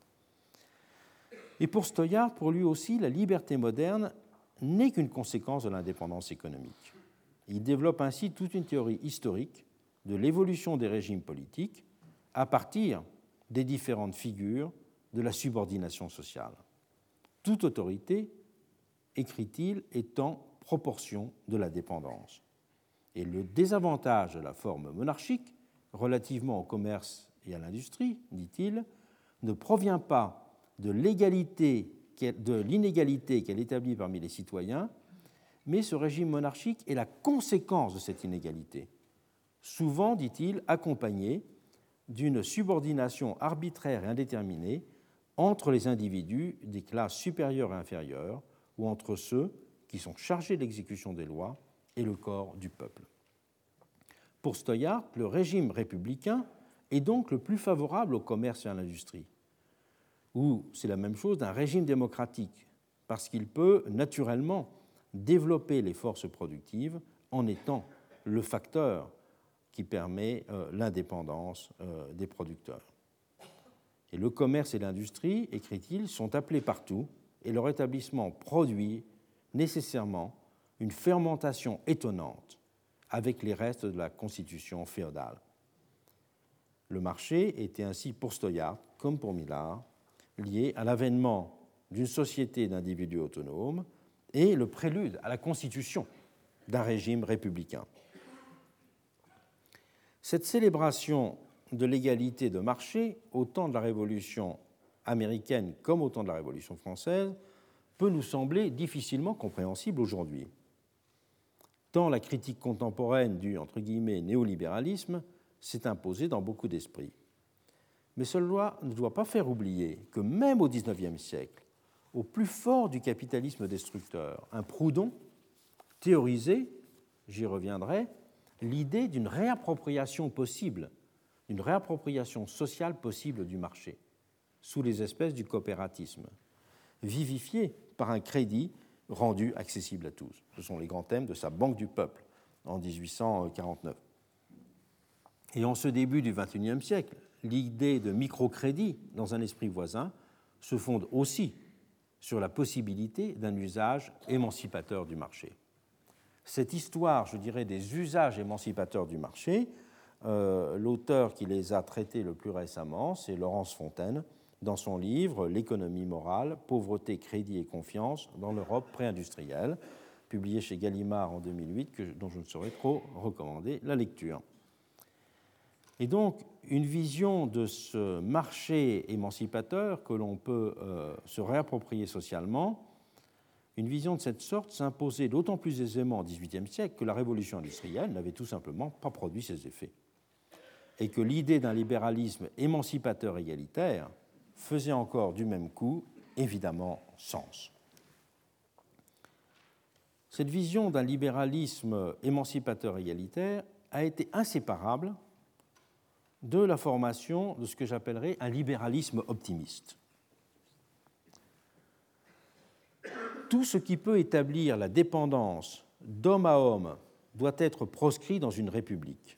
Et pour Stoyart, pour lui aussi, la liberté moderne n'est qu'une conséquence de l'indépendance économique. Il développe ainsi toute une théorie historique de l'évolution des régimes politiques à partir des différentes figures de la subordination sociale. Toute autorité, écrit-il, est en proportion de la dépendance. Et le désavantage de la forme monarchique relativement au commerce et à l'industrie, dit-il, ne provient pas de l'égalité, de l'inégalité qu'elle établit parmi les citoyens, mais ce régime monarchique est la conséquence de cette inégalité, souvent, dit-il, accompagné d'une subordination arbitraire et indéterminée entre les individus des classes supérieures et inférieures ou entre ceux qui sont chargés de l'exécution des lois et le corps du peuple. Pour Stoyart, le régime républicain est donc le plus favorable au commerce et à l'industrie, ou c'est la même chose d'un régime démocratique, parce qu'il peut naturellement développer les forces productives en étant le facteur qui permet euh, l'indépendance euh, des producteurs. Et le commerce et l'industrie, écrit-il, sont appelés partout, et leur établissement produit nécessairement une fermentation étonnante avec les restes de la constitution féodale. Le marché était ainsi pour Stoyart, comme pour Millard, lié à l'avènement d'une société d'individus autonomes et le prélude à la constitution d'un régime républicain. Cette célébration de l'égalité de marché, au temps de la Révolution américaine comme au temps de la Révolution française, peut nous sembler difficilement compréhensible aujourd'hui, tant la critique contemporaine du entre guillemets, néolibéralisme s'est imposée dans beaucoup d'esprits. Mais cela ne doit pas faire oublier que même au dix-neuvième siècle, au plus fort du capitalisme destructeur, un Proudhon théorisait, j'y reviendrai, l'idée d'une réappropriation possible, d'une réappropriation sociale possible du marché, sous les espèces du coopératisme, vivifié par un crédit rendu accessible à tous. Ce sont les grands thèmes de sa Banque du peuple en dix-huit cent quarante-neuf. Et en ce début du vingt et unième siècle, l'idée de microcrédit dans un esprit voisin se fonde aussi sur la possibilité d'un usage émancipateur du marché. Cette histoire, je dirais, des usages émancipateurs du marché, euh, l'auteur qui les a traités le plus récemment, c'est Laurence Fontaine, dans son livre « L'économie morale, pauvreté, crédit et confiance dans l'Europe pré-industrielle », publié chez Gallimard en deux mille huit, que, dont je ne saurais trop recommander la lecture. Et donc, une vision de ce marché émancipateur que l'on peut euh, se réapproprier socialement, une vision de cette sorte s'imposait d'autant plus aisément au dix-huitième siècle que la révolution industrielle n'avait tout simplement pas produit ses effets, et que l'idée d'un libéralisme émancipateur égalitaire faisait encore du même coup, évidemment, sens. Cette vision d'un libéralisme émancipateur égalitaire a été inséparable de la formation de ce que j'appellerais un libéralisme optimiste. Tout ce qui peut établir la dépendance d'homme à homme doit être proscrit dans une république.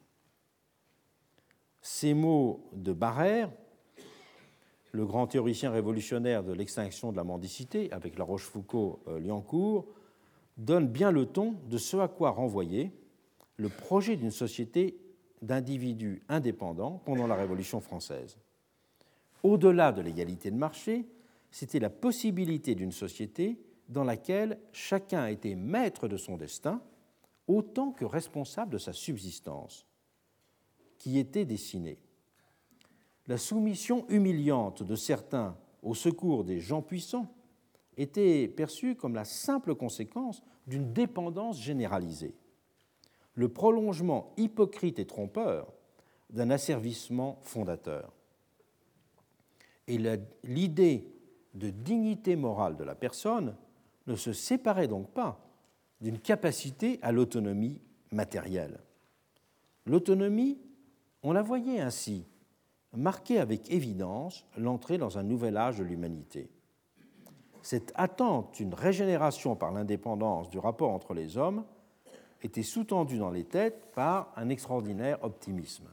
Ces mots de Barrère, le grand théoricien révolutionnaire de l'extinction de la mendicité, avec La Rochefoucauld-Liancourt, donnent bien le ton de ce à quoi renvoyait le projet d'une société d'individus indépendants pendant la Révolution française. Au-delà de l'égalité de marché, c'était la possibilité d'une société dans laquelle chacun était maître de son destin autant que responsable de sa subsistance, qui était dessinée. La soumission humiliante de certains au secours des gens puissants était perçue comme la simple conséquence d'une dépendance généralisée, le prolongement hypocrite et trompeur d'un asservissement fondateur. Et la, l'idée de dignité morale de la personne ne se séparait donc pas d'une capacité à l'autonomie matérielle. L'autonomie, on la voyait ainsi, marquait avec évidence l'entrée dans un nouvel âge de l'humanité. Cette attente d'une régénération par l'indépendance du rapport entre les hommes était sous-tendue dans les têtes par un extraordinaire optimisme.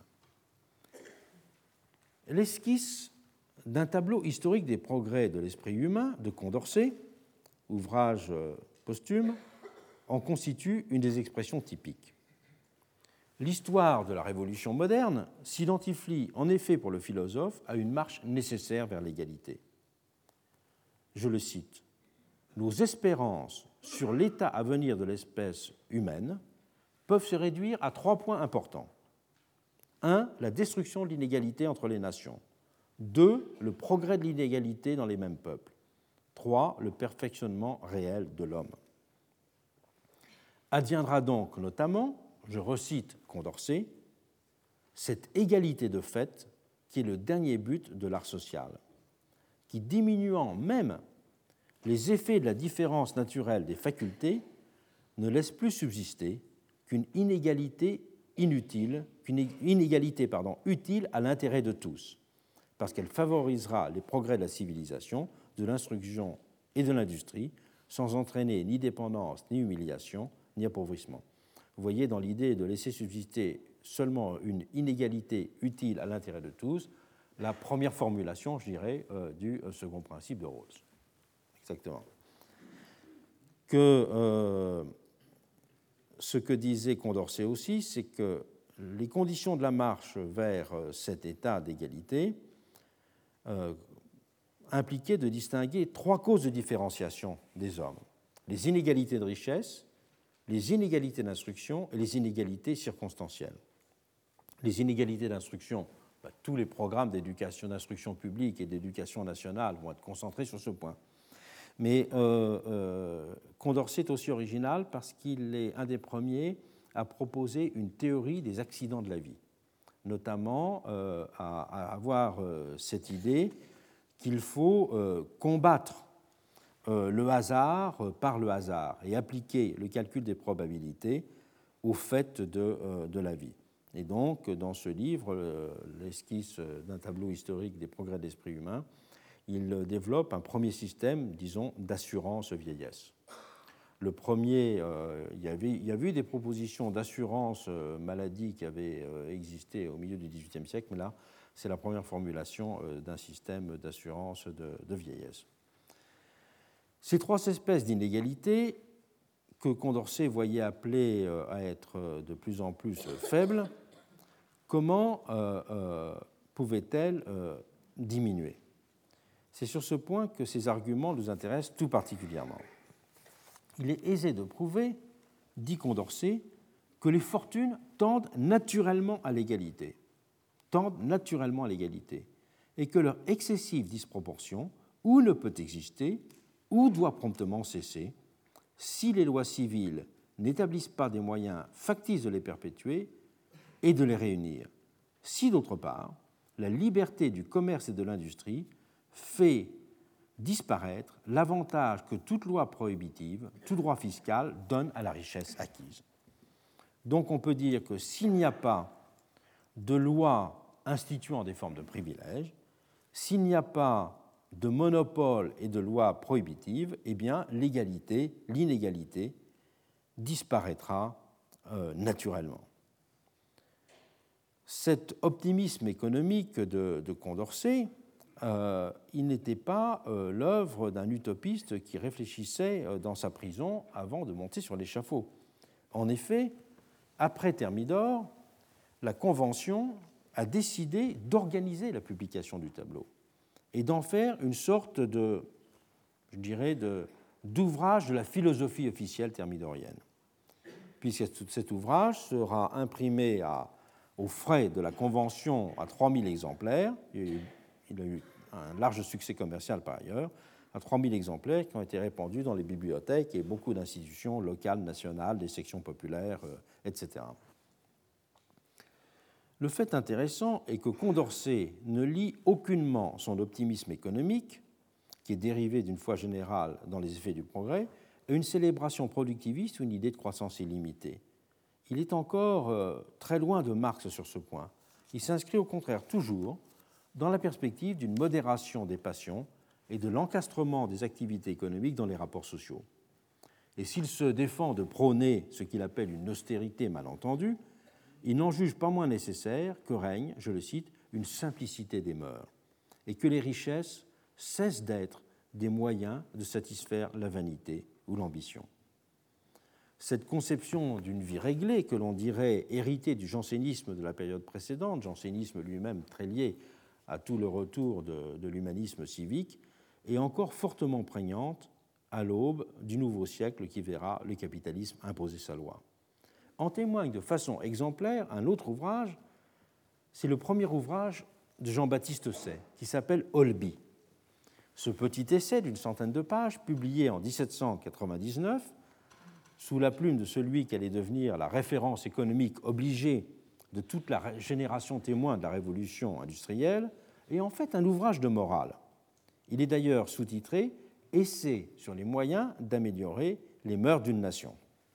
L'esquisse d'un tableau historique des progrès de l'esprit humain de Condorcet, ouvrage posthume, en constitue une des expressions typiques. L'histoire de la Révolution moderne s'identifie en effet pour le philosophe à une marche nécessaire vers l'égalité. Je le cite, « Nos espérances sur l'état à venir de l'espèce humaine peuvent se réduire à trois points importants. Un, la destruction de l'inégalité entre les nations. Deux, le progrès de l'inégalité dans les mêmes peuples. Trois, le perfectionnement réel de l'homme. Adviendra donc notamment, je recite Condorcet, cette égalité de fait qui est le dernier but de l'art social, qui, diminuant même les effets de la différence naturelle des facultés, ne laisse plus subsister qu'une inégalité inutile, qu'une inégalité pardon, utile à l'intérêt de tous, parce qu'elle favorisera les progrès de la civilisation, de l'instruction et de l'industrie, sans entraîner ni dépendance, ni humiliation, ni appauvrissement. Vous voyez, dans l'idée de laisser subsister seulement une inégalité utile à l'intérêt de tous, la première formulation, je dirais, euh, du second principe de Rawls. Exactement. Que euh, ce que disait Condorcet aussi, c'est que les conditions de la marche vers cet état d'égalité euh, impliquaient de distinguer trois causes de différenciation des hommes. Les inégalités de richesse, les inégalités d'instruction et les inégalités circonstancielles. Les inégalités d'instruction, bah, tous les programmes d'éducation, d'instruction publique et d'éducation nationale vont être concentrés sur ce point. Mais euh, euh, Condorcet est aussi original parce qu'il est un des premiers à proposer une théorie des accidents de la vie, notamment euh, à, à avoir euh, cette idée qu'il faut euh, combattre euh, le hasard euh, par le hasard et appliquer le calcul des probabilités au fait de, euh, de la vie. Et donc, dans ce livre, euh, l'esquisse d'un tableau historique des progrès de l'esprit humain, il développe un premier système, disons, d'assurance vieillesse. Le premier, euh, il, y avait, il y avait eu des propositions d'assurance euh, maladie qui avaient euh, existé au milieu du dix-huitième siècle, mais là, c'est la première formulation euh, d'un système d'assurance de, de vieillesse. Ces trois espèces d'inégalités que Condorcet voyait appelées euh, à être de plus en plus faibles, comment euh, euh, pouvaient-elles euh, diminuer ? C'est sur ce point que ces arguments nous intéressent tout particulièrement. Il est aisé de prouver, dit Condorcet, que les fortunes tendent naturellement à l'égalité. tendent naturellement à l'égalité et que leur excessive disproportion ou ne peut exister ou doit promptement cesser si les lois civiles n'établissent pas des moyens factices de les perpétuer et de les réunir. Si, d'autre part, la liberté du commerce et de l'industrie fait disparaître l'avantage que toute loi prohibitive, tout droit fiscal donne à la richesse acquise. Donc on peut dire que s'il n'y a pas de loi instituant des formes de privilèges, s'il n'y a pas de monopole et de loi prohibitive, eh bien l'égalité, l'inégalité disparaîtra euh, naturellement. Cet optimisme économique de, de Condorcet, euh, il n'était pas euh, l'œuvre d'un utopiste qui réfléchissait euh, dans sa prison avant de monter sur l'échafaud. En effet, après Thermidor, la Convention a décidé d'organiser la publication du tableau et d'en faire une sorte de, je dirais, de, d'ouvrage de la philosophie officielle thermidorienne, puisque cet ouvrage sera imprimé à, aux frais de la Convention à trois mille exemplaires. Il a eu un large succès commercial par ailleurs, à trois mille exemplaires qui ont été répandus dans les bibliothèques et beaucoup d'institutions locales, nationales, des sections populaires, et cetera. Le fait intéressant est que Condorcet ne lie aucunement son optimisme économique, qui est dérivé d'une foi générale dans les effets du progrès, à une célébration productiviste ou une idée de croissance illimitée. Il est encore euh, très loin de Marx sur ce point. Il s'inscrit au contraire toujours dans la perspective d'une modération des passions et de l'encastrement des activités économiques dans les rapports sociaux. Et s'il se défend de prôner ce qu'il appelle une austérité mal entendue, il n'en juge pas moins nécessaire que règne, je le cite, une simplicité des mœurs, et que les richesses cessent d'être des moyens de satisfaire la vanité ou l'ambition. Cette conception d'une vie réglée, que l'on dirait héritée du jansénisme de la période précédente, jansénisme lui-même très lié à tout le retour de, de l'humanisme civique, est encore fortement prégnante à l'aube du nouveau siècle qui verra le capitalisme imposer sa loi. En témoigne de façon exemplaire un autre ouvrage, c'est le premier ouvrage de Jean-Baptiste Say, qui s'appelle Holby. Ce petit essai d'une centaine de pages, publié en dix-sept cent quatre-vingt-dix-neuf, sous la plume de celui qui allait devenir la référence économique obligée de toute la génération témoin de la révolution industrielle, est en fait un ouvrage de morale. Il est d'ailleurs sous-titré « Essai sur les moyens d'améliorer les mœurs d'une nation ».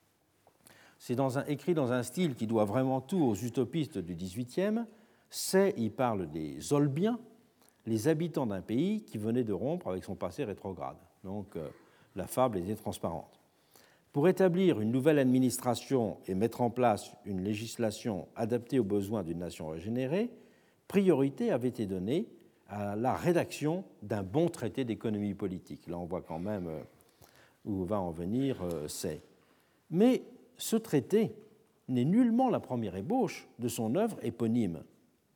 C'est dans un, écrit dans un style qui doit vraiment tout aux utopistes du dix-huitième. C'est, il parle des Olbiens, les habitants d'un pays qui venait de rompre avec son passé rétrograde. Donc euh, la fable était transparente. Pour établir une nouvelle administration et mettre en place une législation adaptée aux besoins d'une nation régénérée, priorité avait été donnée à la rédaction d'un bon traité d'économie politique. Là, on voit quand même euh, où va en venir euh, C'est. Mais ce traité n'est nullement la première ébauche de son œuvre éponyme.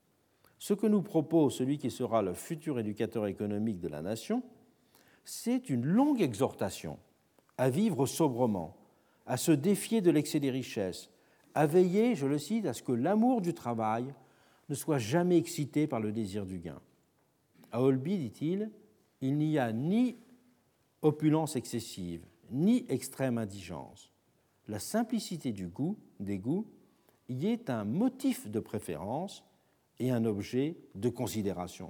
Ce que nous propose celui qui sera le futur éducateur économique de la nation, c'est une longue exhortation à vivre sobrement, à se défier de l'excès des richesses, à veiller, je le cite, à ce que l'amour du travail ne soit jamais excité par le désir du gain. À Holby, dit-il, il n'y a ni opulence excessive, ni extrême indigence. La simplicité du goût, des goûts, y est un motif de préférence et un objet de considération.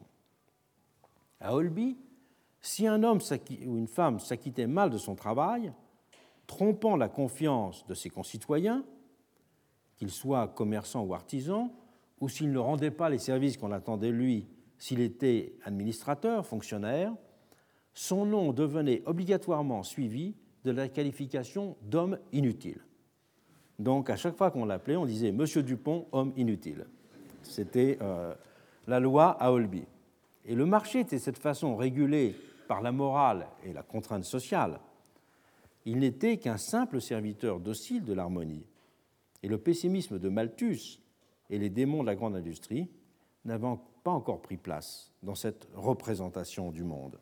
À Holby, si un homme ou une femme s'acquittait mal de son travail, trompant la confiance de ses concitoyens, qu'ils soient commerçants ou artisans, ou s'il ne rendait pas les services qu'on attendait de lui s'il était administrateur, fonctionnaire, son nom devenait obligatoirement suivi de la qualification d'homme inutile. Donc, à chaque fois qu'on l'appelait, on disait « Monsieur Dupont, homme inutile ». C'était euh, la loi à Holby. Et le marché était de cette façon régulé par la morale et la contrainte sociale. Il n'était qu'un simple serviteur docile de l'harmonie. Et le pessimisme de Malthus et les démons de la grande industrie n'avaient pas encore pris place dans cette représentation du monde.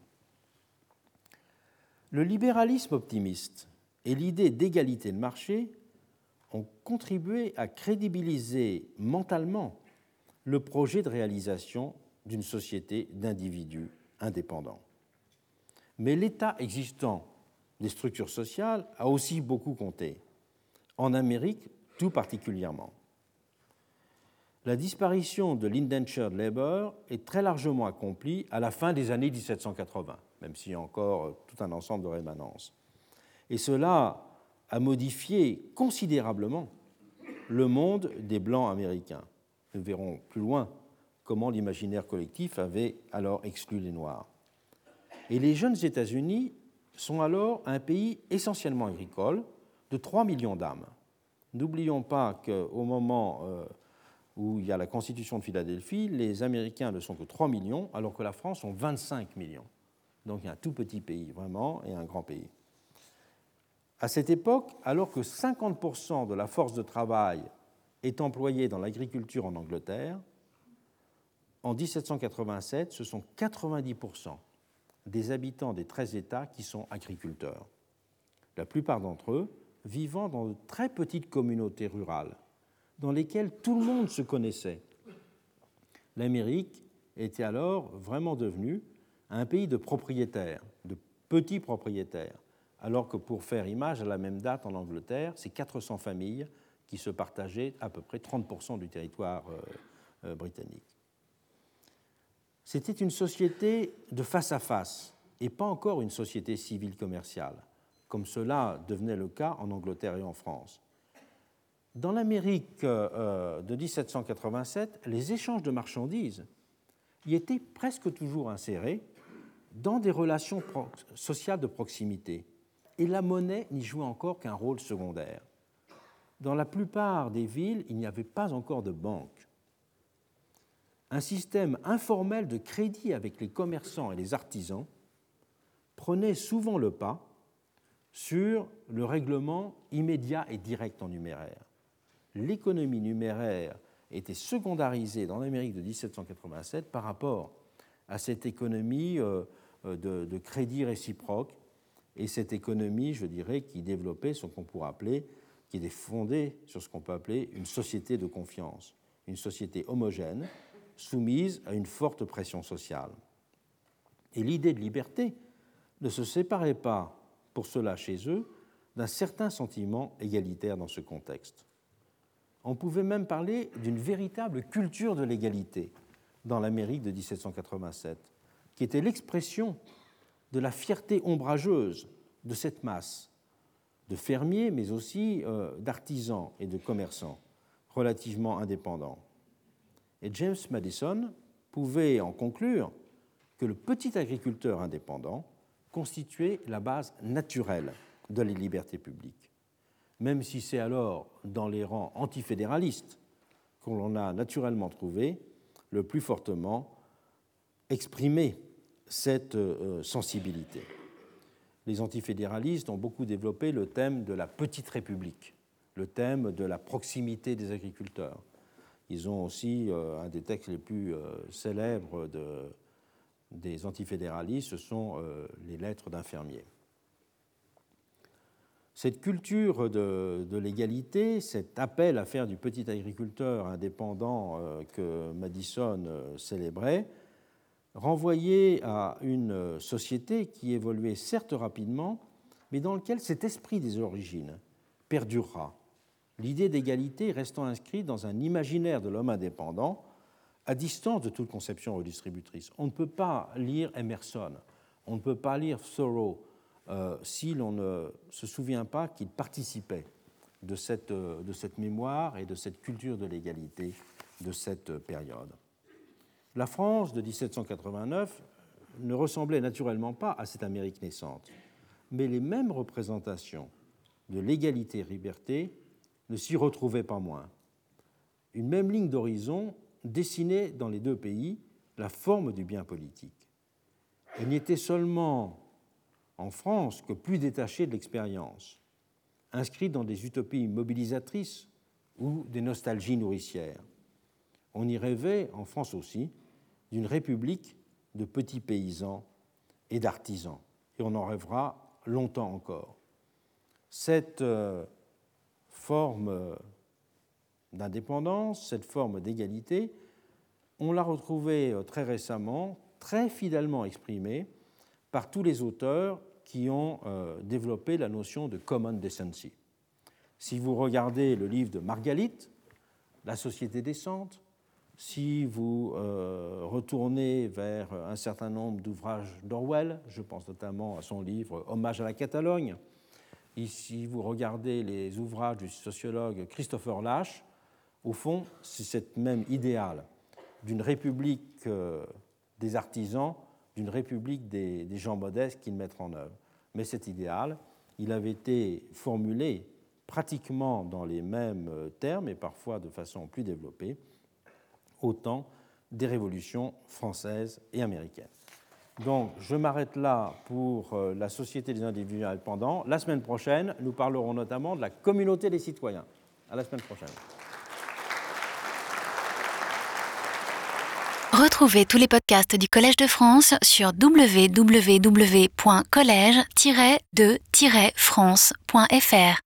Le libéralisme optimiste et l'idée d'égalité de marché ont contribué à crédibiliser mentalement le projet de réalisation d'une société d'individus indépendants. Mais l'état existant des structures sociales a aussi beaucoup compté, en Amérique tout particulièrement. La disparition de l'indentured labor est très largement accomplie à la fin des années dix-sept cent quatre-vingts, même s'il y a encore tout un ensemble de rémanences. Et cela a modifié considérablement le monde des Blancs américains. Nous verrons plus loin comment l'imaginaire collectif avait alors exclu les Noirs. Et les jeunes États-Unis sont alors un pays essentiellement agricole de trois millions d'âmes. N'oublions pas qu'au moment euh, où il y a la Constitution de Philadelphie, les Américains ne sont que trois millions, alors que la France en vingt-cinq millions. Donc il y a un tout petit pays, vraiment, et un grand pays. À cette époque, alors que cinquante pour cent de la force de travail est employée dans l'agriculture en Angleterre, en dix-sept cent quatre-vingt-sept, ce sont quatre-vingt-dix pour cent des habitants des treize États qui sont agriculteurs. La plupart d'entre eux vivant dans de très petites communautés rurales, dans lesquelles tout le monde se connaissait. L'Amérique était alors vraiment devenue un pays de propriétaires, de petits propriétaires, alors que pour faire image, à la même date en Angleterre, c'est quatre cents familles qui se partageaient à peu près trente pour cent du territoire euh, euh, britannique. C'était une société de face à face et pas encore une société civile commerciale, comme cela devenait le cas en Angleterre et en France. Dans l'Amérique euh, de dix-sept cent quatre-vingt-sept, les échanges de marchandises y étaient presque toujours insérés dans des relations pro- sociales de proximité, et la monnaie n'y jouait encore qu'un rôle secondaire. Dans la plupart des villes, il n'y avait pas encore de banque. Un système informel de crédit avec les commerçants et les artisans prenait souvent le pas sur le règlement immédiat et direct en numéraire. L'économie numéraire était secondarisée dans l'Amérique de dix-sept cent quatre-vingt-sept par rapport à cette économie de, de crédit réciproque et cette économie, je dirais, qui développait ce qu'on pourrait appeler, qui était fondée sur ce qu'on peut appeler une société de confiance, une société homogène, soumise à une forte pression sociale. Et l'idée de liberté ne se séparait pas, pour cela chez eux, d'un certain sentiment égalitaire dans ce contexte. On pouvait même parler d'une véritable culture de l'égalité dans l'Amérique de dix-sept cent quatre-vingt-sept, qui était l'expression de la fierté ombrageuse de cette masse de fermiers, mais aussi euh, d'artisans et de commerçants relativement indépendants. Et James Madison pouvait en conclure que le petit agriculteur indépendant constituait la base naturelle de la liberté publique, même si c'est alors dans les rangs antifédéralistes qu'on a naturellement trouvé le plus fortement exprimé cette euh, sensibilité. Les antifédéralistes ont beaucoup développé le thème de la petite république, le thème de la proximité des agriculteurs. Ils ont aussi, euh, un des textes les plus euh, célèbres de, des antifédéralistes, ce sont euh, les lettres d'un fermier. Cette culture de, de l'égalité, cet appel à faire du petit agriculteur indépendant euh, que Madison euh, célébrait, renvoyait à une société qui évoluait certes rapidement, mais dans laquelle cet esprit des origines perdurera, l'idée d'égalité restant inscrite dans un imaginaire de l'homme indépendant à distance de toute conception redistributrice. On ne peut pas lire Emerson, on ne peut pas lire Thoreau euh, si l'on ne se souvient pas qu'il participait de cette, de cette mémoire et de cette culture de l'égalité de cette période. La France de dix-sept cent quatre-vingt-neuf ne ressemblait naturellement pas à cette Amérique naissante, mais les mêmes représentations de l'égalité et liberté ne s'y retrouvaient pas moins. Une même ligne d'horizon dessinait dans les deux pays la forme du bien politique. Elle n'y était seulement en France que plus détachée de l'expérience, inscrite dans des utopies mobilisatrices ou des nostalgies nourricières. On y rêvait, en France aussi, d'une république de petits paysans et d'artisans. Et on en rêvera longtemps encore. Cette euh, forme d'indépendance, cette forme d'égalité, on l'a retrouvée très récemment, très fidèlement exprimée par tous les auteurs qui ont euh, développé la notion de common decency. Si vous regardez le livre de Margalit, La société décente, si vous euh, retournez vers un certain nombre d'ouvrages d'Orwell, je pense notamment à son livre Hommage à la Catalogne, et si vous regardez les ouvrages du sociologue Christopher Lasch, au fond, c'est cet même idéal d'une république euh, des artisans, d'une république des, des gens modestes qu'ils mettent en œuvre. Mais cet idéal, il avait été formulé pratiquement dans les mêmes termes et parfois de façon plus développée au temps des révolutions françaises et américaines. Donc, je m'arrête là pour la Société des individus indépendants. La semaine prochaine, nous parlerons notamment de la communauté des citoyens. À la semaine prochaine. Retrouvez tous les podcasts du Collège de France sur w w w point collège tiret de tiret france point f r.